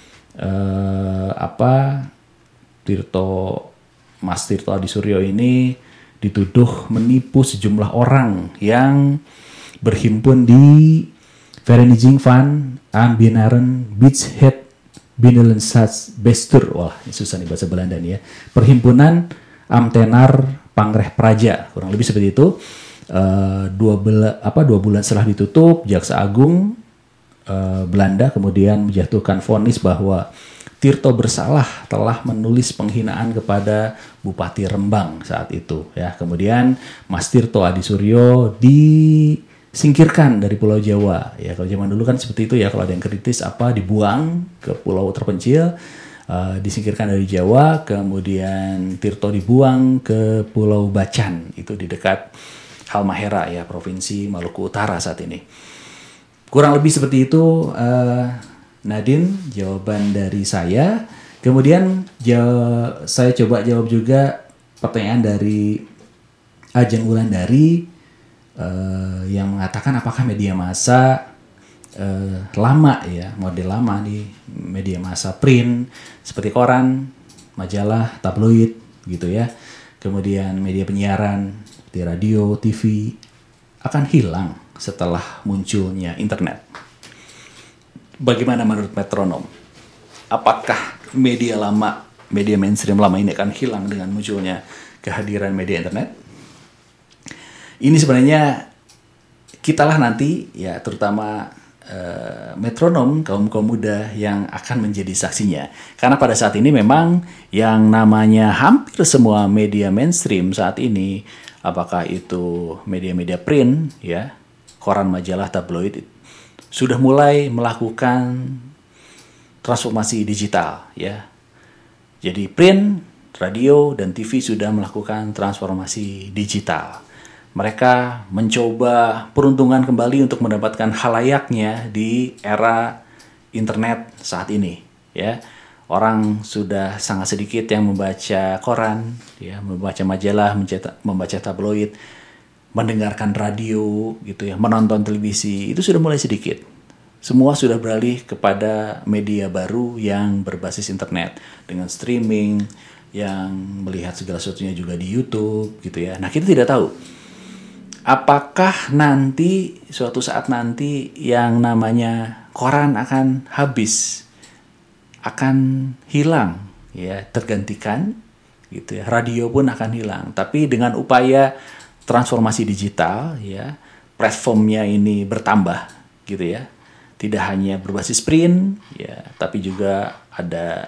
Mas Tirto Adisuryo ini dituduh menipu sejumlah orang yang berhimpun di Vereniging van Ambtenaren Beachhead Binnenstaatsbestuur. Wah, ini susah nih bahasa Belanda nih ya. Perhimpunan Ambtenaar Pangrecht Praja, kurang lebih seperti itu. 2 bulan setelah ditutup, Jaksa Agung Belanda kemudian menjatuhkan vonis bahwa Tirto bersalah telah menulis penghinaan kepada Bupati Rembang saat itu ya. Kemudian Mas Tirto Adisuryo disingkirkan dari Pulau Jawa ya. Kalau zaman dulu kan seperti itu ya, kalau ada yang kritis dibuang ke pulau terpencil, disingkirkan dari Jawa. Kemudian Tirto dibuang ke Pulau Bacan, itu di dekat Halmahera ya, Provinsi Maluku Utara saat ini. Kurang lebih seperti itu Nadine, jawaban dari saya. Kemudian saya coba jawab juga pertanyaan dari Ajeng Wulandari yang mengatakan apakah media massa lama ya, model lama nih, media massa print seperti koran, majalah, tabloid gitu ya. Kemudian media penyiaran seperti radio, TV akan hilang setelah munculnya internet. Bagaimana menurut metronom? Apakah media lama, media mainstream lama ini akan hilang dengan munculnya kehadiran media internet? Ini sebenarnya kitalah nanti ya, terutama metronom, kaum muda yang akan menjadi saksinya. Karena pada saat ini memang yang namanya hampir semua media mainstream saat ini, apakah itu media-media print ya, koran, majalah, tabloid, sudah mulai melakukan transformasi digital ya. Jadi print, radio, dan TV sudah melakukan transformasi digital. Mereka mencoba peruntungan kembali untuk mendapatkan halayaknya di era internet saat ini ya. Orang sudah sangat sedikit yang membaca koran ya, membaca majalah, membaca tabloid, mendengarkan radio gitu ya, menonton televisi, itu sudah mulai sedikit. Semua sudah beralih kepada media baru yang berbasis internet dengan streaming, yang melihat segala sesuatunya juga di YouTube gitu ya. Nah, kita tidak tahu apakah nanti suatu saat nanti yang namanya koran akan habis, akan hilang ya, tergantikan gitu ya. Radio pun akan hilang, tapi dengan upaya transformasi digital ya, platformnya ini bertambah gitu ya. Tidak hanya berbasis print ya, tapi juga ada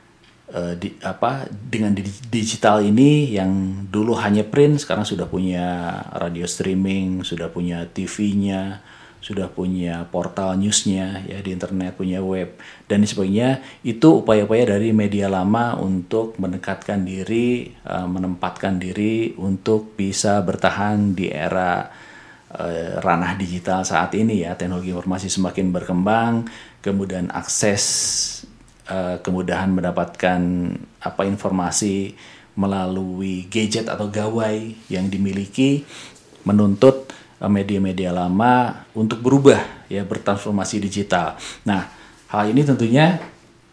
dengan digital ini yang dulu hanya print, sekarang sudah punya radio streaming, sudah punya TV-nya, sudah punya portal newsnya ya di internet, punya web dan sebagainya. Itu upaya-upaya dari media lama untuk mendekatkan diri, menempatkan diri untuk bisa bertahan di era ranah digital saat ini ya. Teknologi informasi semakin berkembang, kemudian akses, kemudahan mendapatkan informasi melalui gadget atau gawai yang dimiliki menuntut media-media lama untuk berubah ya, bertransformasi digital. Nah, hal ini tentunya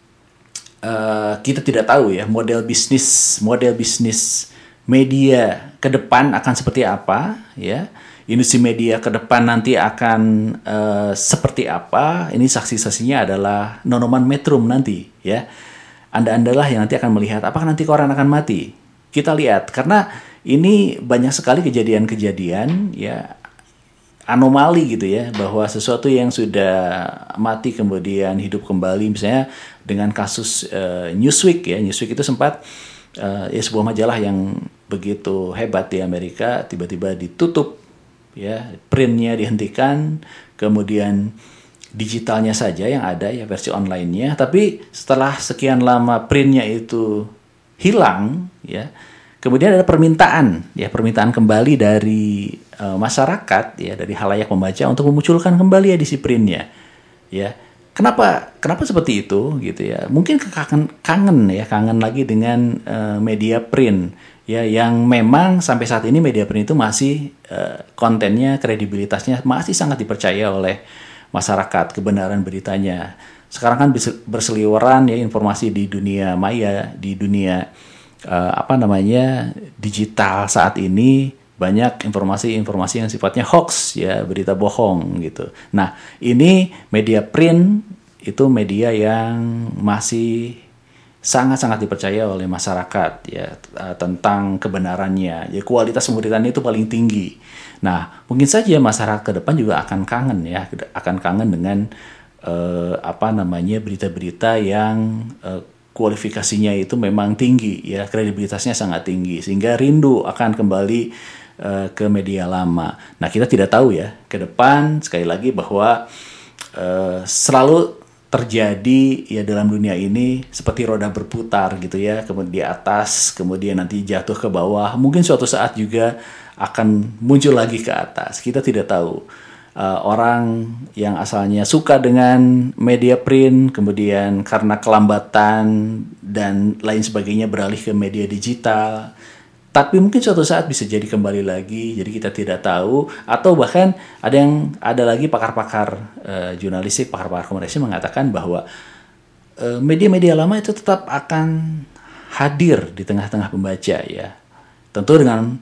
kita tidak tahu ya model bisnis media ke depan akan seperti apa ya. Industri media ke depan nanti akan seperti apa? Ini saksi-saksinya adalah Nonoman Metrum nanti ya. Anda-andalah yang nanti akan melihat apakah nanti koran akan mati. Kita lihat karena ini banyak sekali kejadian-kejadian ya, anomali gitu ya, bahwa sesuatu yang sudah mati kemudian hidup kembali, misalnya dengan kasus Newsweek ya. Newsweek itu sempat ya sebuah majalah yang begitu hebat di Amerika tiba-tiba ditutup ya, printnya dihentikan, kemudian digitalnya saja yang ada ya, versi online-nya. Tapi setelah sekian lama printnya itu hilang ya, kemudian ada permintaan kembali dari masyarakat ya, dari halayak pembaca untuk memunculkan kembali edisi printnya ya. Kenapa seperti itu gitu ya? Mungkin kangen lagi dengan media print ya, yang memang sampai saat ini media print itu masih kontennya, kredibilitasnya masih sangat dipercaya oleh masyarakat, kebenaran beritanya. Sekarang kan berseliweran ya informasi di dunia maya, di dunia digital saat ini, banyak informasi-informasi yang sifatnya hoax ya, berita bohong gitu. Nah, ini media print itu media yang masih sangat-sangat dipercaya oleh masyarakat ya, tentang kebenarannya. Ya, kualitas pemberitaan itu paling tinggi. Nah, mungkin saja masyarakat ke depan juga akan kangen dengan berita-berita yang kualifikasinya itu memang tinggi ya, kredibilitasnya sangat tinggi, sehingga rindu akan kembali ke media lama. Nah, kita tidak tahu ya ke depan, sekali lagi bahwa selalu terjadi ya dalam dunia ini seperti roda berputar gitu ya, kemudian di atas, kemudian nanti jatuh ke bawah, mungkin suatu saat juga akan muncul lagi ke atas. Kita tidak tahu orang yang asalnya suka dengan media print, kemudian karena kelambatan dan lain sebagainya beralih ke media digital. Tapi mungkin suatu saat bisa jadi kembali lagi, jadi kita tidak tahu. Atau bahkan ada lagi pakar-pakar jurnalistik, pakar-pakar komunikasi mengatakan bahwa media-media lama itu tetap akan hadir di tengah-tengah pembaca ya. Tentu dengan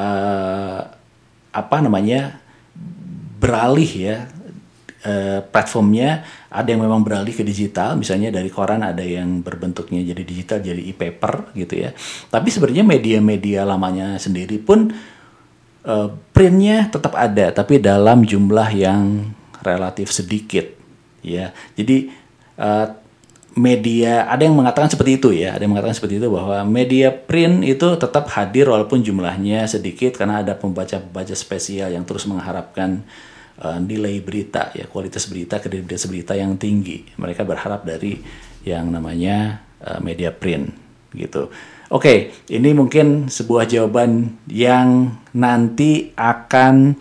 beralih ya, platformnya ada yang memang beralih ke digital, misalnya dari koran ada yang berbentuknya jadi digital, jadi e-paper gitu ya. Tapi sebenarnya media-media lamanya sendiri pun printnya tetap ada, tapi dalam jumlah yang relatif sedikit ya. Jadi media, ada yang mengatakan seperti itu ya, bahwa media print itu tetap hadir walaupun jumlahnya sedikit karena ada pembaca-pembaca spesial yang terus mengharapkan nilai berita ya, kualitas berita, kredibilitas berita yang tinggi. Mereka berharap dari yang namanya media print gitu. Oke, ini mungkin sebuah jawaban yang nanti akan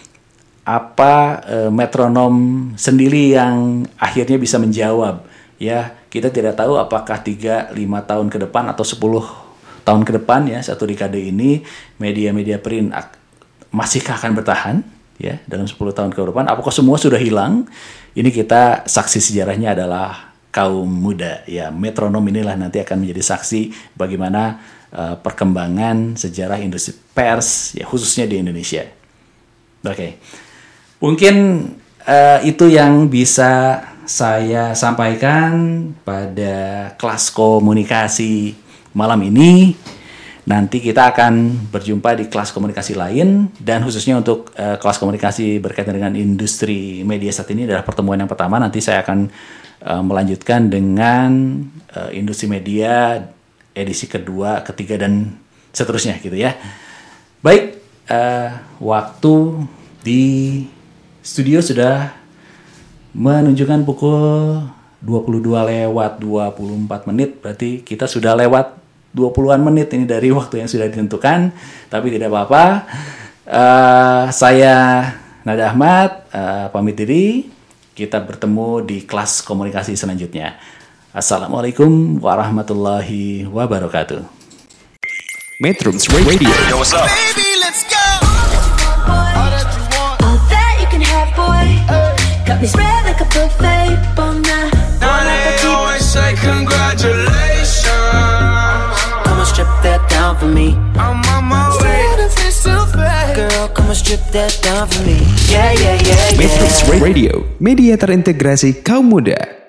metronom sendiri yang akhirnya bisa menjawab ya. Kita tidak tahu apakah 3-5 tahun ke depan atau 10 tahun ke depan ya, satu dekade ini media-media print masihkah akan bertahan ya dalam 10 tahun ke depan, apakah semua sudah hilang? Ini kita saksi sejarahnya adalah kaum muda ya. Metronom inilah nanti akan menjadi saksi bagaimana perkembangan sejarah industri pers ya, khususnya di Indonesia. Oke. Mungkin itu yang bisa saya sampaikan pada kelas komunikasi malam ini. Nanti kita akan berjumpa di kelas komunikasi lain, dan khususnya untuk kelas komunikasi berkaitan dengan industri media saat ini adalah pertemuan yang pertama. Nanti saya akan melanjutkan dengan industri media edisi kedua, ketiga, dan seterusnya gitu ya. Baik, waktu di studio sudah menunjukkan pukul 22:24, berarti kita sudah lewat 20-an menit ini dari waktu yang sudah ditentukan, tapi tidak apa-apa. Saya Nada Ahmad pamit diri. Kita bertemu di kelas komunikasi selanjutnya. Assalamualaikum warahmatullahi wabarakatuh. Metrums Radio. Yo, what's up? Baby, let's go. All that you can have, boy. Got me spread like a buffet, bon now. Now they always say congratulations. Come on, strip that down for me. I'm on my way. Girl, come on, strip that down for me. Yeah, yeah, yeah, yeah. Metrums Radio, media terintegrasi kaum muda.